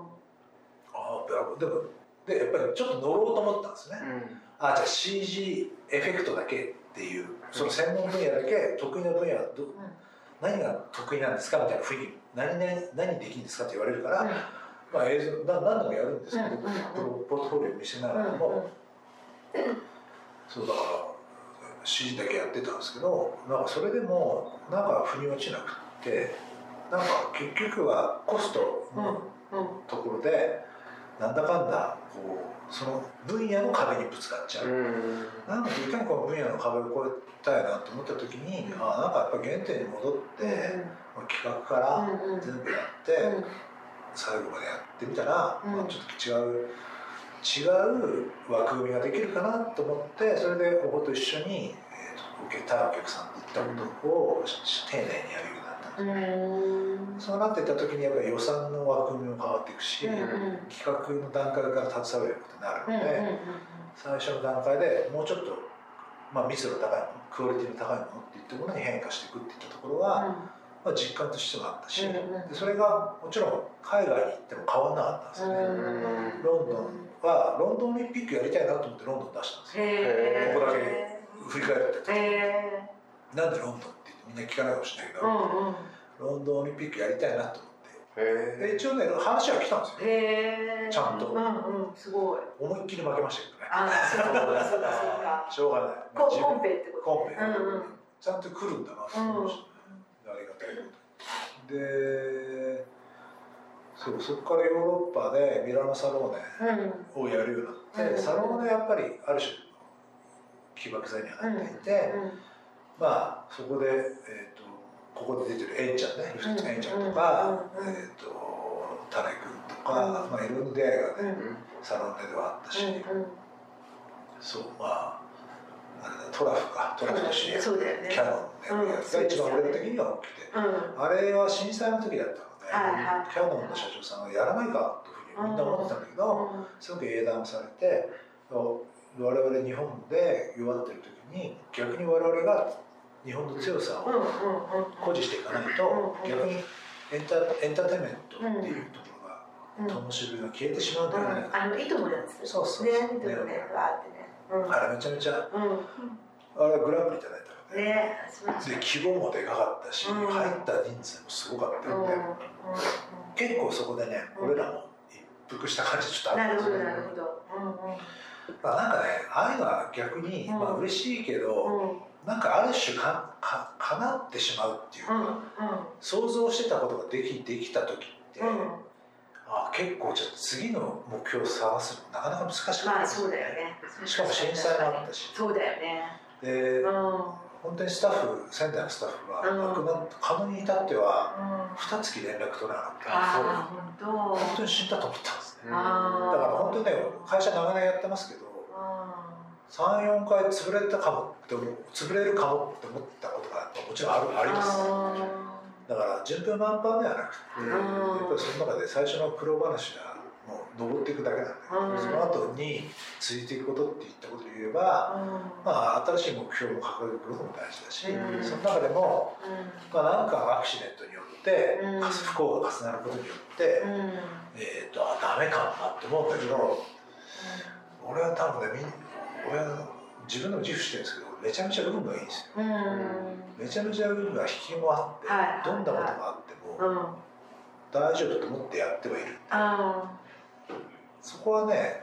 でやっぱりちょっと乗ろうと思ったんですね。じゃあ CG エフェクトだけっていうその専門分野だけ得意な分野は何が得意なんですかみたいな雰囲気何できるんですかって言われるから、まあ映像何度もやるんですけど、ポートフォリオ見せながらも、そうだから CG だけやってたんですけど、なんかそれでもなんか腑に落ちなくってなんか結局はコストのところでなんだかんだこうその分野の壁にぶつかっちゃう。なんかいかにこの分野の壁を越えたいなと思った時に、なんかやっぱ原点に戻って企画から全部やって。最後までやってみたら、まあ、ちょっと違う枠組みができるかなと思ってそれでここと一緒に、受けたお客さんといったことを丁寧にやるようになったんです。そうなっていった時にやっぱり予算の枠組みも変わっていくし、企画の段階から携われることになるので、最初の段階でもうちょっと、まあ、密度の高いものクオリティの高いものっていったものに変化していくっていったところは、まあ、実感としてはあったし、でそれがもちろん海外に行っても変わらなかったんですよね。ロンドンオリンピックやりたいなと思ってロンドン出したんですよ。ここだけ振り返ってた時になんでロンドンって言ってみんな聞かないかもしれないけど、 ロンドンオリンピックやりたいなと思って、一応ね話は来たんですよ、ちゃんと、 すごい思いっきり負けましたけどね。 そうかしょうがない、 コンペってことコンペ、ちゃんと来るんだなと思いましたね、ありがたいことで、そこからヨーロッパでミラノサローネをやるようになって、サローネやっぱりある種起爆剤にはなっていて、まあそこで、ここで出てるエンちゃんね、エンちゃんとか、タネ君とか、まあいろんな出会いがね、サローネではあったし、そう、まああれだ、トラフと知り合って、キャノンのやつが一番俺の時には起きて、あれは震災の時だったので、キャノンの社長さんがやらないかというふうにみんな思ってたんだけど、すごく英断されて、我々日本で弱ってる時に逆に我々が日本の強さを誇示していかないと、逆にエンターテインメントっていうところが灯火が消えてしまうんじゃないか。 いとものやつ。 そうそう。 ね、いともね、わーってね。 あれめちゃめちゃ、あれグランプリいただいたので、で規模もでかかったし、入った人数もすごかったので、結構そこでね、俺らも一服した感じちょっとあったんですよね。 なるほど。 なんかね、ああいうのは逆に、まあ嬉しいけど、なんかある種かなってしまうっていうか、想像してたことができた時って、結構じゃあ次の目標を探すのなかなか難しかった。 まあそうだよね。 しかも震災もあったし。 そうだよね。 で、本当にスタッフ、仙台のスタッフは亡くなった、狩野に至っては2月連絡取れなかった。本当に死んだと思ったんですね。だから本当にね、会社長年やってますけど、3、4回潰れるかもって思ったことがもちろんあります。だから順風満帆ではなくて、やっぱりその中で最初の苦労話がもう登っていくだけなんだけど、その後についていくことっていったことを言えば、まあ新しい目標を掲げることも大事だし、その中でも、まあなんかアクシデントによって不幸が重なることによって、ダメかもなって思うんだけど、俺は多分ね、自分でも自負してるんですけど、めちゃめちゃ運がいいんですよ。めちゃめちゃ運が引きもあって、どんなことがあっても大丈夫と思ってやってはいる。そこはね、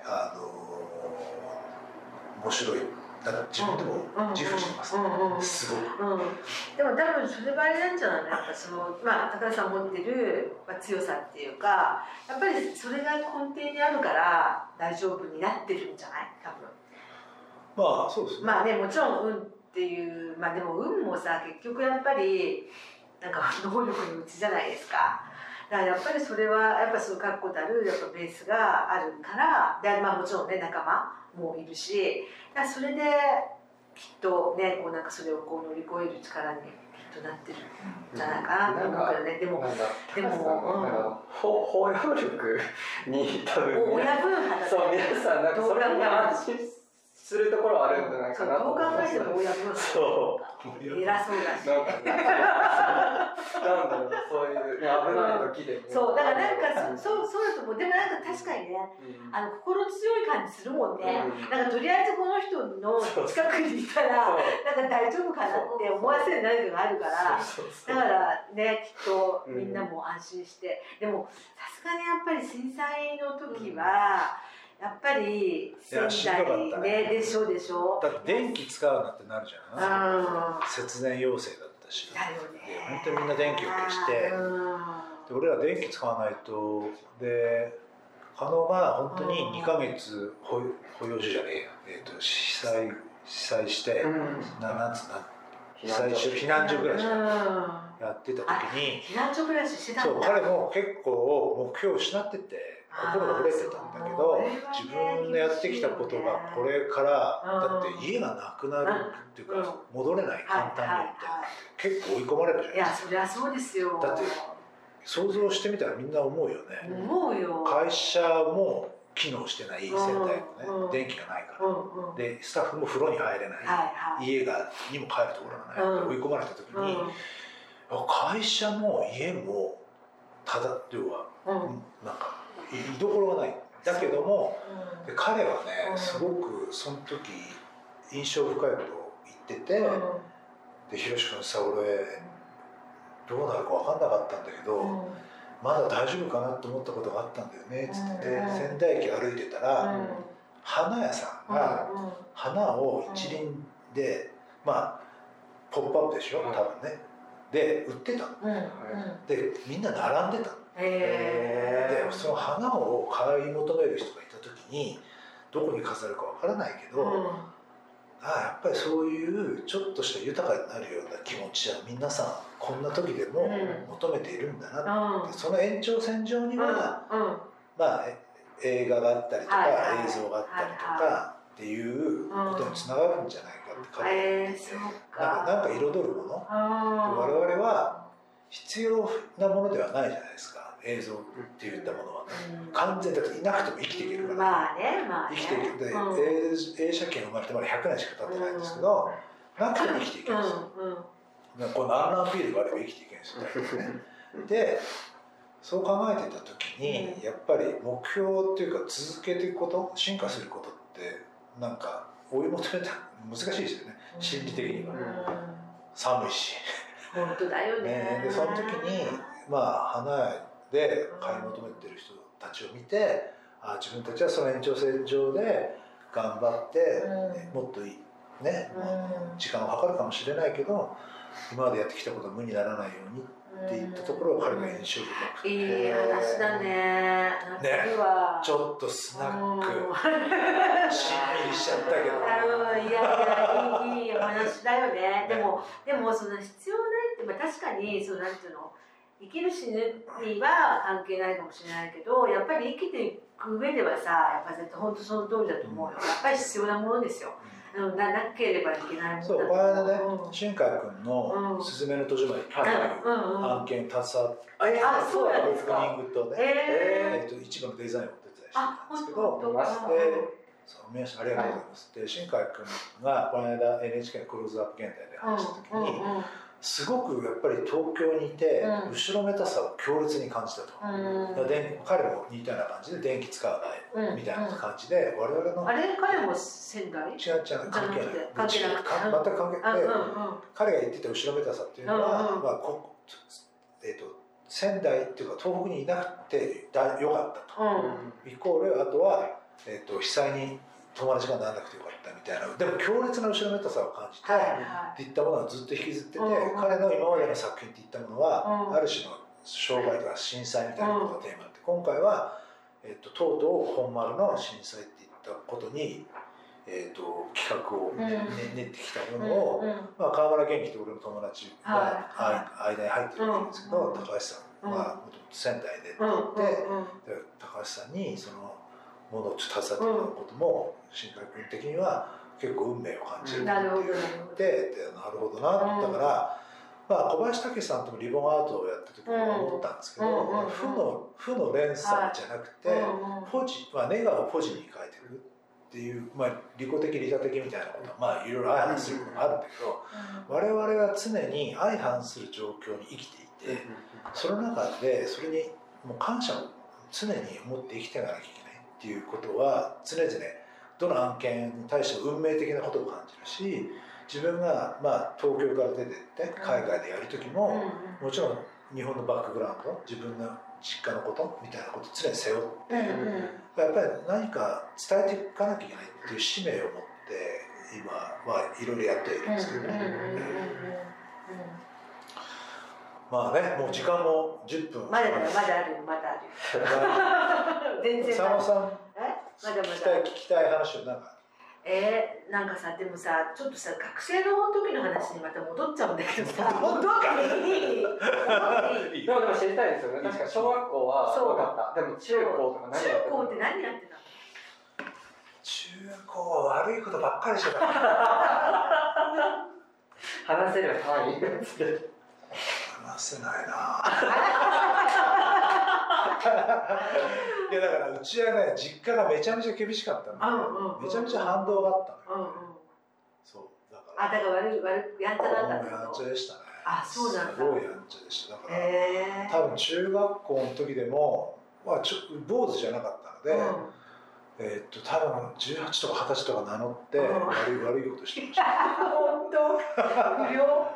面白い。だから自分でも自負してます。すごく。 でも多分それはあれなんじゃないの？やっぱその高田さん持ってる強さっていうか、やっぱりそれが根底にあるから大丈夫になってるんじゃない？多分。 まあそうですね。 まあね、もちろん運っていう、まあでも運もさ、結局やっぱりなんか能力のうちじゃないですか。だからやっぱりそれはやっぱその確固たるやっぱベースがあるから、でまあもちろんね仲間もいるし、だからそれできっとねこうなんかそれをこう乗り越える力にきっとなってるんじゃないかなと思うけどね。でも包容力に多分親分派だね。 そう皆さんなんかそれに安心するところはあるんじゃないかなと思います。 どう考えても親分派。そう偉そうだし。 なんだろう、そういう危ない時でも。 そうだからなんかそうだと思う。でもなんか確かにね、心強い感じするもんね。なんかとりあえずこの人の近くにいたらなんか大丈夫かなって思わせる何かがあるから、だからねきっとみんなも安心して。でもさすがにやっぱり震災の時は。やっぱり仙台ね、でしょ。 だって電気使うなってなるじゃん。節電要請だったし、 だよね。 本当にみんな電気を消して、で俺ら電気使わないと、で狩野が本当に2ヶ月保養所じゃねえや、被災して、避難所暮らしやってた時に、 避難所暮らししてたんだ。 そう彼も結構目標を失ってて。心が折れてたんだけど、自分のやってきたことがこれからだって家がなくなるっていうか戻れない簡単にって結構追い込まれるじゃないですか。 いやそりゃそうですよ。 だって想像してみたらみんな思うよね。 思うよ。 会社も機能してない、仙台のね電気がないからでスタッフも風呂に入れない、家にも帰るところがないって追い込まれた時に、会社も家もただ要はなんか居所がない。だけども、彼はねすごくその時印象深いことを言ってて、でひろし君さ俺どうなるか分かんなかったんだけど、まだ大丈夫かなと思ったことがあったんだよねっつって、仙台駅歩いてたら、花屋さんが花を一輪で、まあポップアップでしょ多分ね、で売ってたの、でみんな並んでたの。でその花を買い求める人がいた時にどこに飾るかわからないけど、やっぱりそういうちょっとした豊かになるような気持ちは皆さんこんな時でも求めているんだなって、その延長線上には、まあ映画があったりとか、映像があったりとかっていうことにつながるんじゃないかって彼は言ってて、なんか彩るもの、我々は必要なものではないじゃないですか。映像っていったものはね、完全だっていなくても生きていけるから、生きていける。映写権生まれてまだ100年しか経ってないんですけど、なくても生きていけるんですよ。このアンランフィールがあれば生きていけるんですよね。でそう考えていた時に、やっぱり目標っていうか続けていくこと、進化することってなんか追い求めた難しいですよね、心理的には。寒いし本当だよね。 でその時にまあ花屋で買い求めてる人たちを見て、自分たちはその延長線上で頑張って、もっといいね、時間をかかるかもしれないけど今までやってきたことが無にならないようにっていったところを彼が印象深くて、 いい話だね。 ちょっとスナックしんみりしちゃったけど、 いやいいお話だよね。でもその必要ないって、確かにそうなんていうの、生きる死ぬには関係ないかもしれないけど、やっぱり生きていく上ではさ、やっぱ絶対本当その通りだと思うよ。やっぱり必要なものですよ。なければいけないものだと思う。 そう、この間ね、新海君の「すずめの戸締まり」っていう案件に携わって、オープニングとね、一部のデザインをお手伝いしてたんですけど、皆さんありがとうございます。で新海君がこの間 NHK のクローズアップ現代で話した時に、すごくやっぱり東京にいて、後ろめたさを強烈に感じたと。彼も似たような感じで電気使わないみたいな感じで、我々のあれ彼も仙台？ 違う関係ない。全く関係ない。彼が言ってた後ろめたさっていうのは、仙台っていうか東北にいなくてよかったと。イコールあとは被災に友達がならなくてよかったみたいな、でも強烈な後ろめたさを感じてっていったものはずっと引きずってて、彼の今までの作品っていったものはある種の障害とか震災みたいなことがテーマで、今回はとうとう本丸の震災っていったことに企画を練ってきたものを、川村元気と俺の友達が間に入ってるわけですけど、高橋さんは仙台でって言って、高橋さんにそのものを携わってもらうことも新海君的には結構運命を感じるって言ってなるほどなと思ったから、小林武史さんともリボンアートをやった時に思ったんですけど、負の連鎖じゃなくてポジ、ネガをポジに変えていくっていう、利己的利他的みたいなことは、いろいろ相反することがあるんだけど、我々は常に相反する状況に生きていて、その中でそれにもう感謝を常に持って生きていかなきゃいけないっていうことは常々どの案件に対して運命的なことを感じるし、自分が東京から出てって海外でやる時も、もちろん日本のバックグラウンド、自分の実家のことみたいなことを常に背負って、やっぱり何か伝えていかなきゃいけないっていう使命を持って今はいろいろやっているんですけどね。もう時間も10分。 まだある。全然。 佐野さん、聞きたい話をなんかさ、でもさ、ちょっとさ、学生の時の話にまた戻っちゃうんだけどさ、戻っていい？ でも知りたいですよね。確か小学校は分かった。でも中高とか何やってたの？ 中高って何やってたの？ 中高は悪いことばっかりしてた。 話せる範囲話せないな。いやだからうちはね、実家がめちゃめちゃ厳しかったので、めちゃめちゃ反動があったのよ。そうだから。 だから悪くやんちゃだったんだ。 やんちゃでしたね。 そうなんだ。 すごいやんちゃでした。だから多分中学校の時でも坊主じゃなかったので、 多分18とか20歳とか名乗って悪いことしてました。 本当。不良。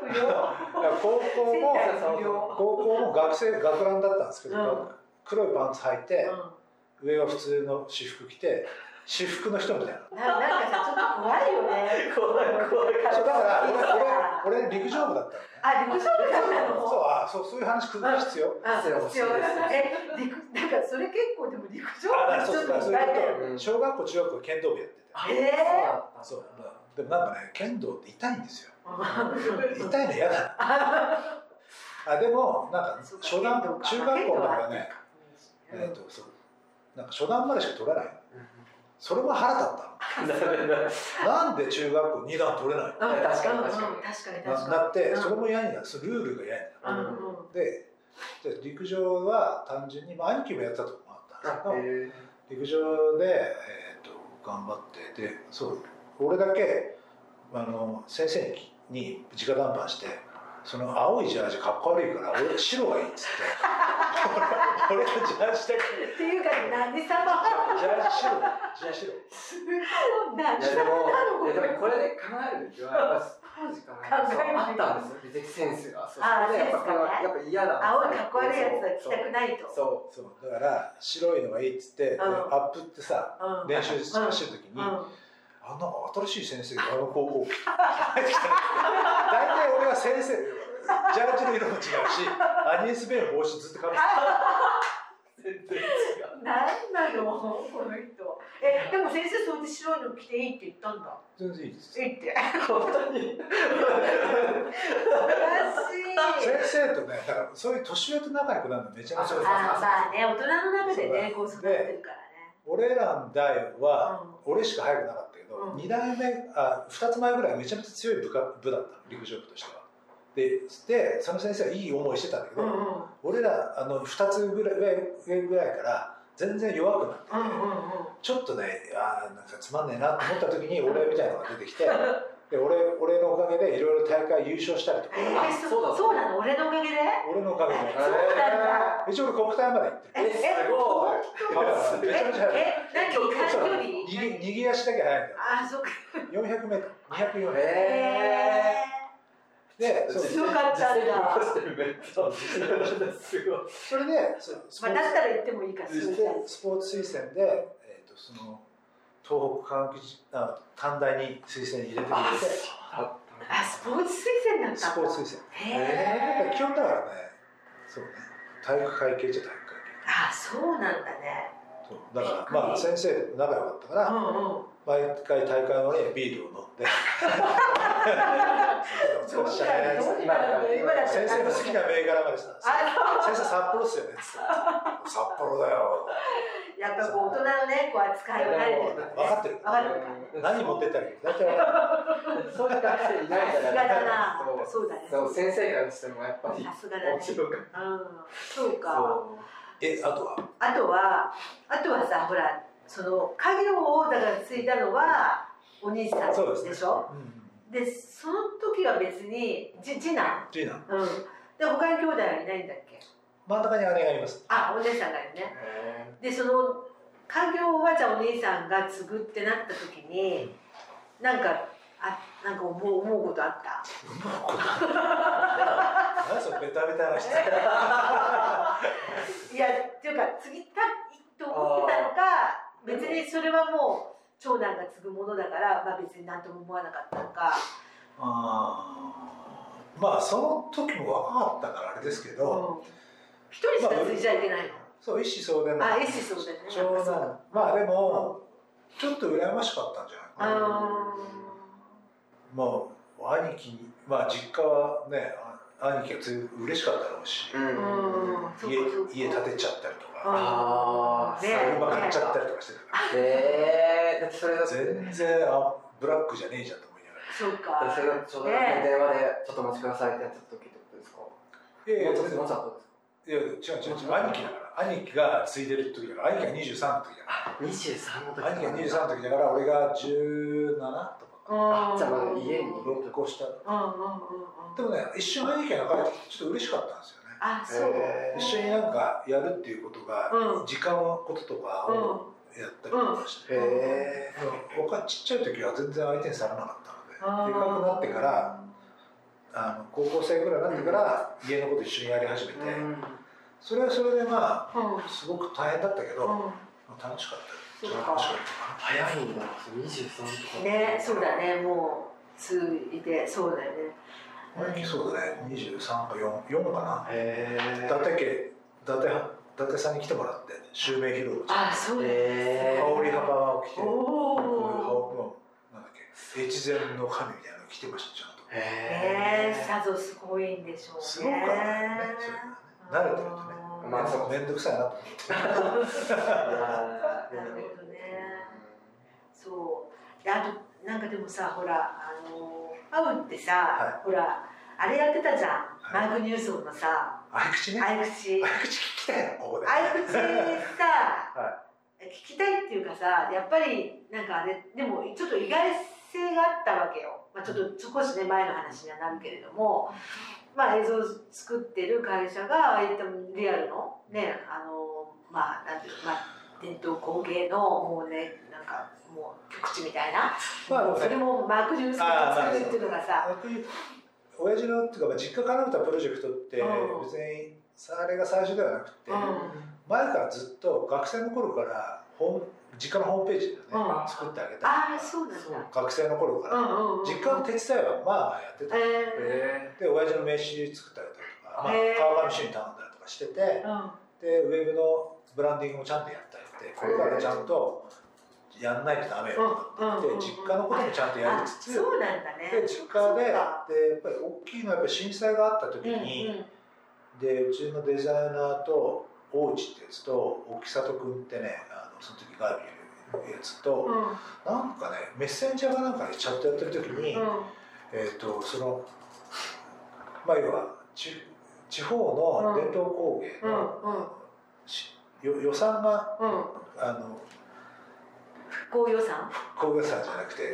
高校も学ランだったんですけど、黒いパンツ履いて、上は普通の私服着て、私服の人みたいな。 なんかさ、ちょっと怖いよね。怖い。 そうだから俺陸上部だったのね。 あ、陸上部だったの？ そういう話必要。 必要だ。なんかそれ結構でも陸上部の人って意外だよね。 小学校中学校剣道部やってて。そう。でもなんかね、剣道って痛いんですよ。痛いの嫌だ。でもなんか中学校の時はね、なんか初段までしか取れない。それも腹立ったの。なんで中学校2段取れないの？ 確かになって、それも嫌になる。そのルールが嫌になる。で陸上は単純に兄貴もやったとこもあったんですけど、陸上で頑張ってで、俺だけ先生に直談判して、その青いジャージかっこ悪いから俺白がいいっつって。俺のジャージだけっていうか何様ジャージ白。 でもこれで考えるときは当時からあったんですよ、美的センスが。それでやっぱ嫌だ。 青いかっこ悪いやつは着たくないと。 そうだから白いのがいいっつってアップってさ練習してるときに、なんか新しい先生が高校入ってきた。大体俺は先生ジャージの色も違うし、アニエス・ベイの帽子ずっとかぶって全然違う。 なんなのこの人。でも先生そうやって白いの着ていいって言ったんだ。 全然いいです。 いいって。 本当に。 先生とね、だからそういう年上と仲良くなるのめちゃめちゃ難しい。 まあね、大人の中でね、こう育ってるからね。 俺らの代は、俺しか早くなかったけど、2つ前ぐらいはめちゃめちゃ強い部だったの、陸上部としては。でその先生はいい思いしてたんだけど、俺ら2つぐらいから全然弱くなってて、ちょっとねなんかつまんねえなと思った時に俺みたいなのが出てきて、で俺のおかげでいろいろ大会優勝したりとか。 そうなの？俺のおかげで？ 俺のおかげで。 そうなんだ。 一応国体まで行ってる。 すごい。 めちゃめちゃ速い。 何？ 逃げ足だけ速いんだよ。 そうか。 400メートル、204。 で、強かったんだ。 それで、 まあだったら言ってもいいか。 スポーツ推薦で、その東北科学短大に推薦に入れてくれて。 スポーツ推薦だった。 スポーツ推薦。基本だからね、そうね、体育会系じゃ体育会系。 そうなんだね。 だからまあ先生仲良かったから、毎回大会のねビールを飲んで。先生の好きな銘柄までしたんですよ。先生札幌っすよね。札幌だよ。 やっぱこう大人のねこう扱いを慣れてる。 分かってる。何持ってったらいい？大体そういう学生いないから。 さすがだな。そうだね。 そう先生からしてもやっぱり。 さすがだね。そうか。 あとはさ、ほらその家業をだから継いだのはお兄さんでしょ。でその時は別に次男。で他に兄弟はいないんだっけ？ 真ん中に姉がいます。 お姉さんがいるね。でその家業はじゃあお兄さんが継ぐってなった時になんか思うことあった？ 何それベタベタな質問。 いやっていうか継ぎたいと思ってたのか、別にそれはもう長男が継ぐものだからまあ別に何とも思わなかったのか。 まあその時も若かったからあれですけど、 一人しか継いじゃいけないの？ そう、一子相伝。 一子相伝ね。 長男。まあでもちょっと羨ましかったんじゃないかな。もう兄貴、まあ実家はね、兄貴が嬉しかったろうし、家建てちゃったりとか、車買っちゃったりとかしてるから。 だってそれだって全然ブラックじゃねえじゃんと思いながら。 そうか。 それがちょうど電話でちょっとお待ちくださいってやってた時ってことですか？もうちょっとですか？ いや違う兄貴だから兄貴が継いでる時だから兄貴が23の時だから 23の時兄貴が23の時だから俺が17とかじゃあまだ家に 6個下でもね一瞬兄貴が帰ってきてちょっと嬉しかったんですよね。 そう一緒になんかやるっていうことが時間のこととかをやったりとかして、ちっちゃい時は全然相手にされなかったので、でかくなってから高校生ぐらいになってから家のこと一緒にやり始めて、それはそれでまあすごく大変だったけど、楽しかったよ。 早いんだ、23とかね。そうだね、もうついて、そうだよね。 そうだね、23か4かな。伊達さんに来てもらって襲名披露をして、 あ、そうです羽織袴を着て、なんだっけ、越前の神みたいなの着てました、ちゃんと。 さぞすごいんでしょうね。 すごくね、慣れてるとね、面倒くさいなと思って。 なるほどね。そう。で、あとなんかでもさ、ほらパウってさ、ほらあれやってたじゃん、マーク・ニューソンのさ。 合口ね。 合口聞きたいのここで。 合口さ、聞きたいっていうかさ、やっぱりなんかあれでもちょっと意外性があったわけよ。ちょっと少しね前の話にはなるけれども、映像を作ってる会社がああいったリアルのね、なんていう伝統工芸のもうね、なんかもう極地みたいな、それもマーク・ニューソンが作るっていうのがさ。 親父のっていうか実家から見たプロジェクトって別にあれが最初ではなくて、前からずっと学生の頃から実家のホームページでね作ってあげた。 そうなんだ。 学生の頃から実家の手伝いはまあやってた。で親父の名刺作ってあげたりとか、川上氏に頼んだりとかしてて、でウェブのブランディングもちゃんとやったりして、これからちゃんとやんないとダメよって言って、実家のこともちゃんとやりつつ、 そうなんだね。 で実家でやっぱり大きいのはやっぱり震災があった時に、でうちのデザイナーと大内ってやつと沖里君ってね、その時外部にいるやつと、なんかねメッセンジャーかなんかでチャットやってる時に、その要は地方の伝統工芸の予算が復興予算じゃなくて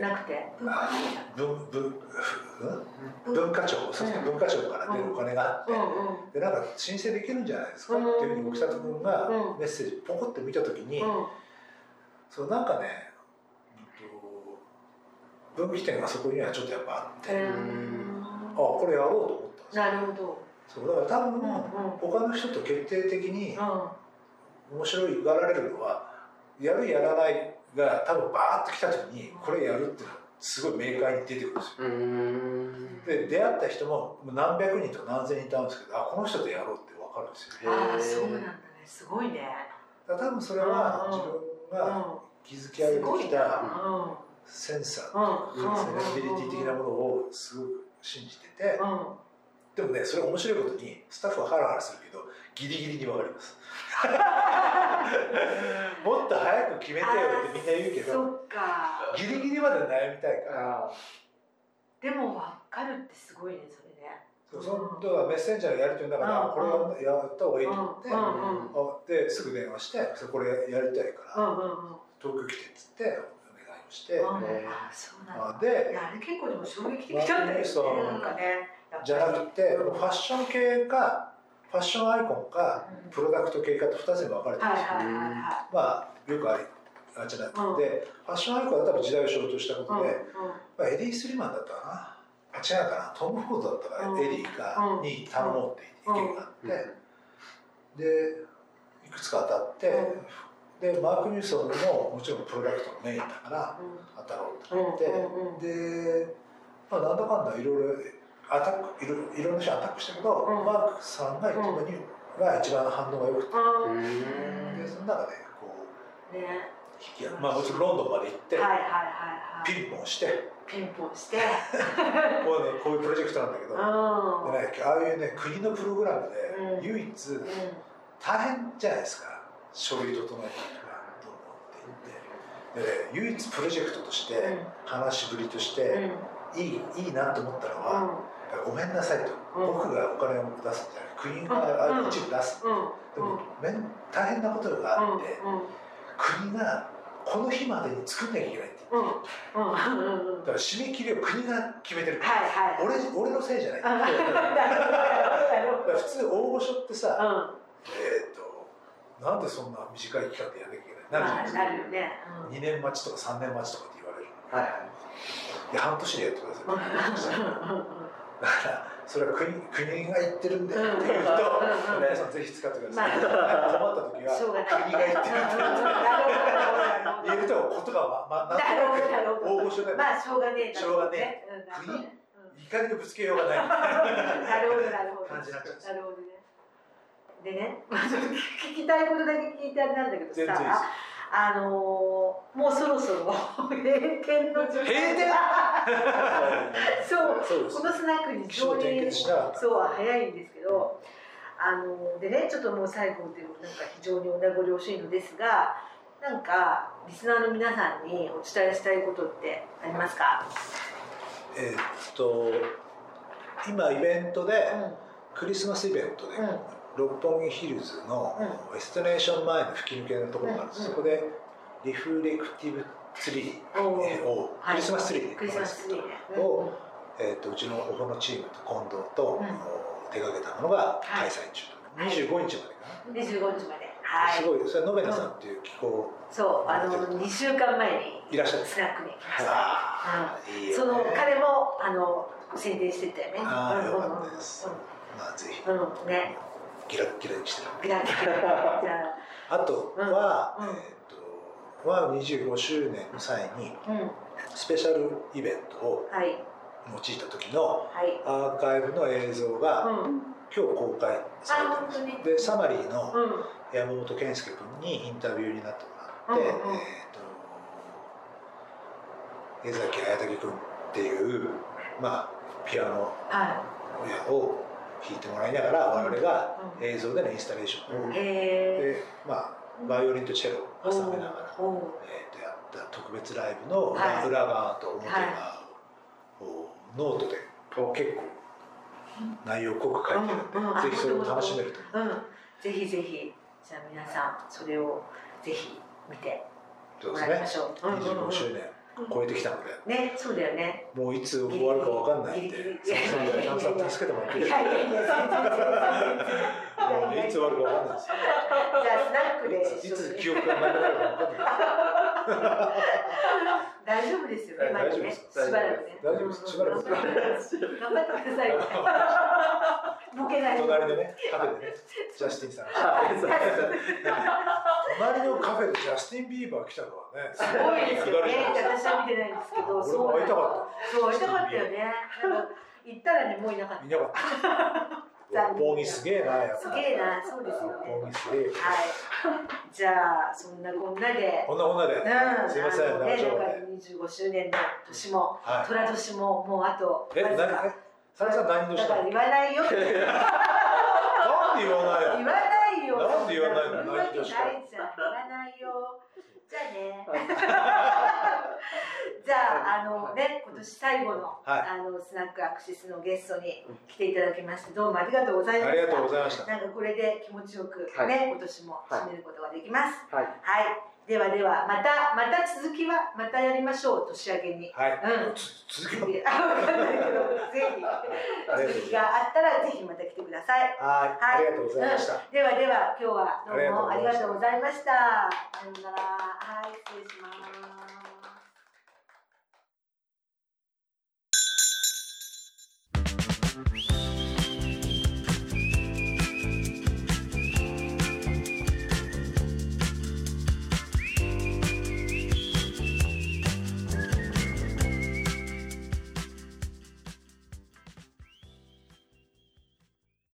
文化庁から出るお金があって、でなんか申請できるんじゃないですかっていうふうに沖里君がメッセージポコって見た時に、そうなんかね分岐点がそこにはちょっとやっぱあって、これやろうと思ったんですよ。 なるほど。 そうだから多分他の人と決定的に面白いがられるのはやるやらないが多分バーッと来た時にこれやるっていうのはすごい明快に出てくるんですよ。で出会った人も何百人とか何千人いたんですけど、この人とやろうって分かるんですよ。 そうなんだね。すごいね。 多分それは自分が築き上げてきたセンサーとかセレブリティ的なものをすごく信じてて、でもねそれ面白いことにスタッフはハラハラするけどギリギリに分かります。もっと早く決めてよってみんな言うけど、ギリギリまで悩みたいから。 でも分かるってすごいね、それね。 だからメッセンジャーのやり取りの中でこれをやった方がいいと思って、ですぐ電話してこれやりたいから東京来てっつってお願いをして、 そうなんだ。であれ結構でも衝撃的だったよね。なんかねじゃなくてファッション系かファッションアイコンかプロダクト系かと2つに分かれてるんですよ。よくじゃなくて、ファッションアイコンは多分時代を象徴したことで、エディ・スリマンだったかな、違うかな、トム・フォードだったかエディかに頼もうって意見があって、でいくつか当たって、でマーク・ニューソンももちろんプロダクトのメインだから当たろうと思って、でなんだかんだいろいろいろんな人アタックしたけど、マークさんが一番反応が良くて、でその中でこうもちろんロンドンまで行ってピンポンしてこういうプロジェクトなんだけど、ああいうね国のプログラムで唯一大変じゃないですか、書類整えたりとかどうのって言って、唯一プロジェクトとして話しぶりとしていいなと思ったのは、ごめんなさいと、僕がお金を出すんじゃなくて国が一部出す、でも大変なことがあって、国がこの日までに作んなきゃいけないって言って、だから締め切りを国が決めてるから、俺のせいじゃない。普通大御所ってさ、 なんでそんな短い期間でやらなきゃいけないなるよね、 2年待ちとか3年待ちとかって言われるの、 はいで半年でやってくださいだからそれは国が言ってるんだよって言うと皆さんぜひ使ってください、困った時は国が言ってるって言うとことがなんとなく大御所でまあしょうがねえしょうがねえ国怒りのぶつけようがないなるほどなるほど感じになっちゃうんです。 なるほどね。でね、聞きたいことだけ聞いてあれなんだけどさ、もうそろそろ閉店の時間。 閉店そうこのスナックに非常にそう早いんですけど、でねちょっともう最後でなんか非常にお名残惜しいのですが、なんかリスナーの皆さんにお伝えしたいことってありますか？ 今イベントで、クリスマスイベントで、六本木ヒルズのウェストネーション前の吹き抜けのところがあるんです、そこでリフレクティブツリーをクリスマスツリーをうちのおこのチームと近藤と手掛けたものが開催中、25日までかな、 25日まで、 すごい、それはノベナさんっていう気候、 そう2週間前にいらっしゃるスナックに来ました。その彼も宣伝してたよね。 ああよかったです。まあぜひねギラッギラにしてる。 ギラッギラ。じゃあとは25周年の際にスペシャルイベントを用いた時のアーカイブの映像が今日公開されてます。でサマリーの山本健介君にインタビューになってもらって、江崎綾武君っていうピアノを弾いてもらいながら我々が映像でのインスタレーションをでバイオリンとチェロを挟めながらやった特別ライブの裏側と表側をノートで結構内容濃く書いてるんで、ぜひそれを楽しめると思う。 ぜひぜひじゃあ皆さんそれをぜひ見てもらいましょう。 25周年超えてきたのでね、そうだよね。 もういつ終わるかわかんないんで、皆さん助けてもらっていいですか？いつ終わるかわかんないです。 じゃあスナックでいつ記憶がなくなるかわかんない。 大丈夫ですよね。大丈夫です。しばらくね。 大丈夫です。しばらく。 頑張ってください。ボケない。 隣のねカフェでねジャスティンさん。隣のカフェでジャスティンビーバー来たのはね。 すごいですよね。私は見てないんですけど、 そう会いたかった。 そう会いたかったよね。行ったらねもういなかった。 いなかった。六本木すげえなやっぱ。 すげえな、そうですよね。 六本木すげえ。 はい。じゃあそんなこんなで。すいません。25周年の年も寅年ももうあと。 サラさん何年した？ だから言わないよ。なんで言わないよ。 言わないよ。 なんで言わないの？ 言わないじゃん。言わないよ。じゃあね。じゃあ今年最後のスナックアクシスのゲストに来ていただきましてどうもありがとうございました。 ありがとうございました。 なんかこれで気持ちよくね今年も締めることができます。はい。ではまた続きはまたやりましょう年明けに。 はい。続きは。 分かんないけどぜひ続きがあったらぜひまた来てください。 はい。ありがとうございました。 では今日はどうもありがとうございました。さようなら。はい失礼します。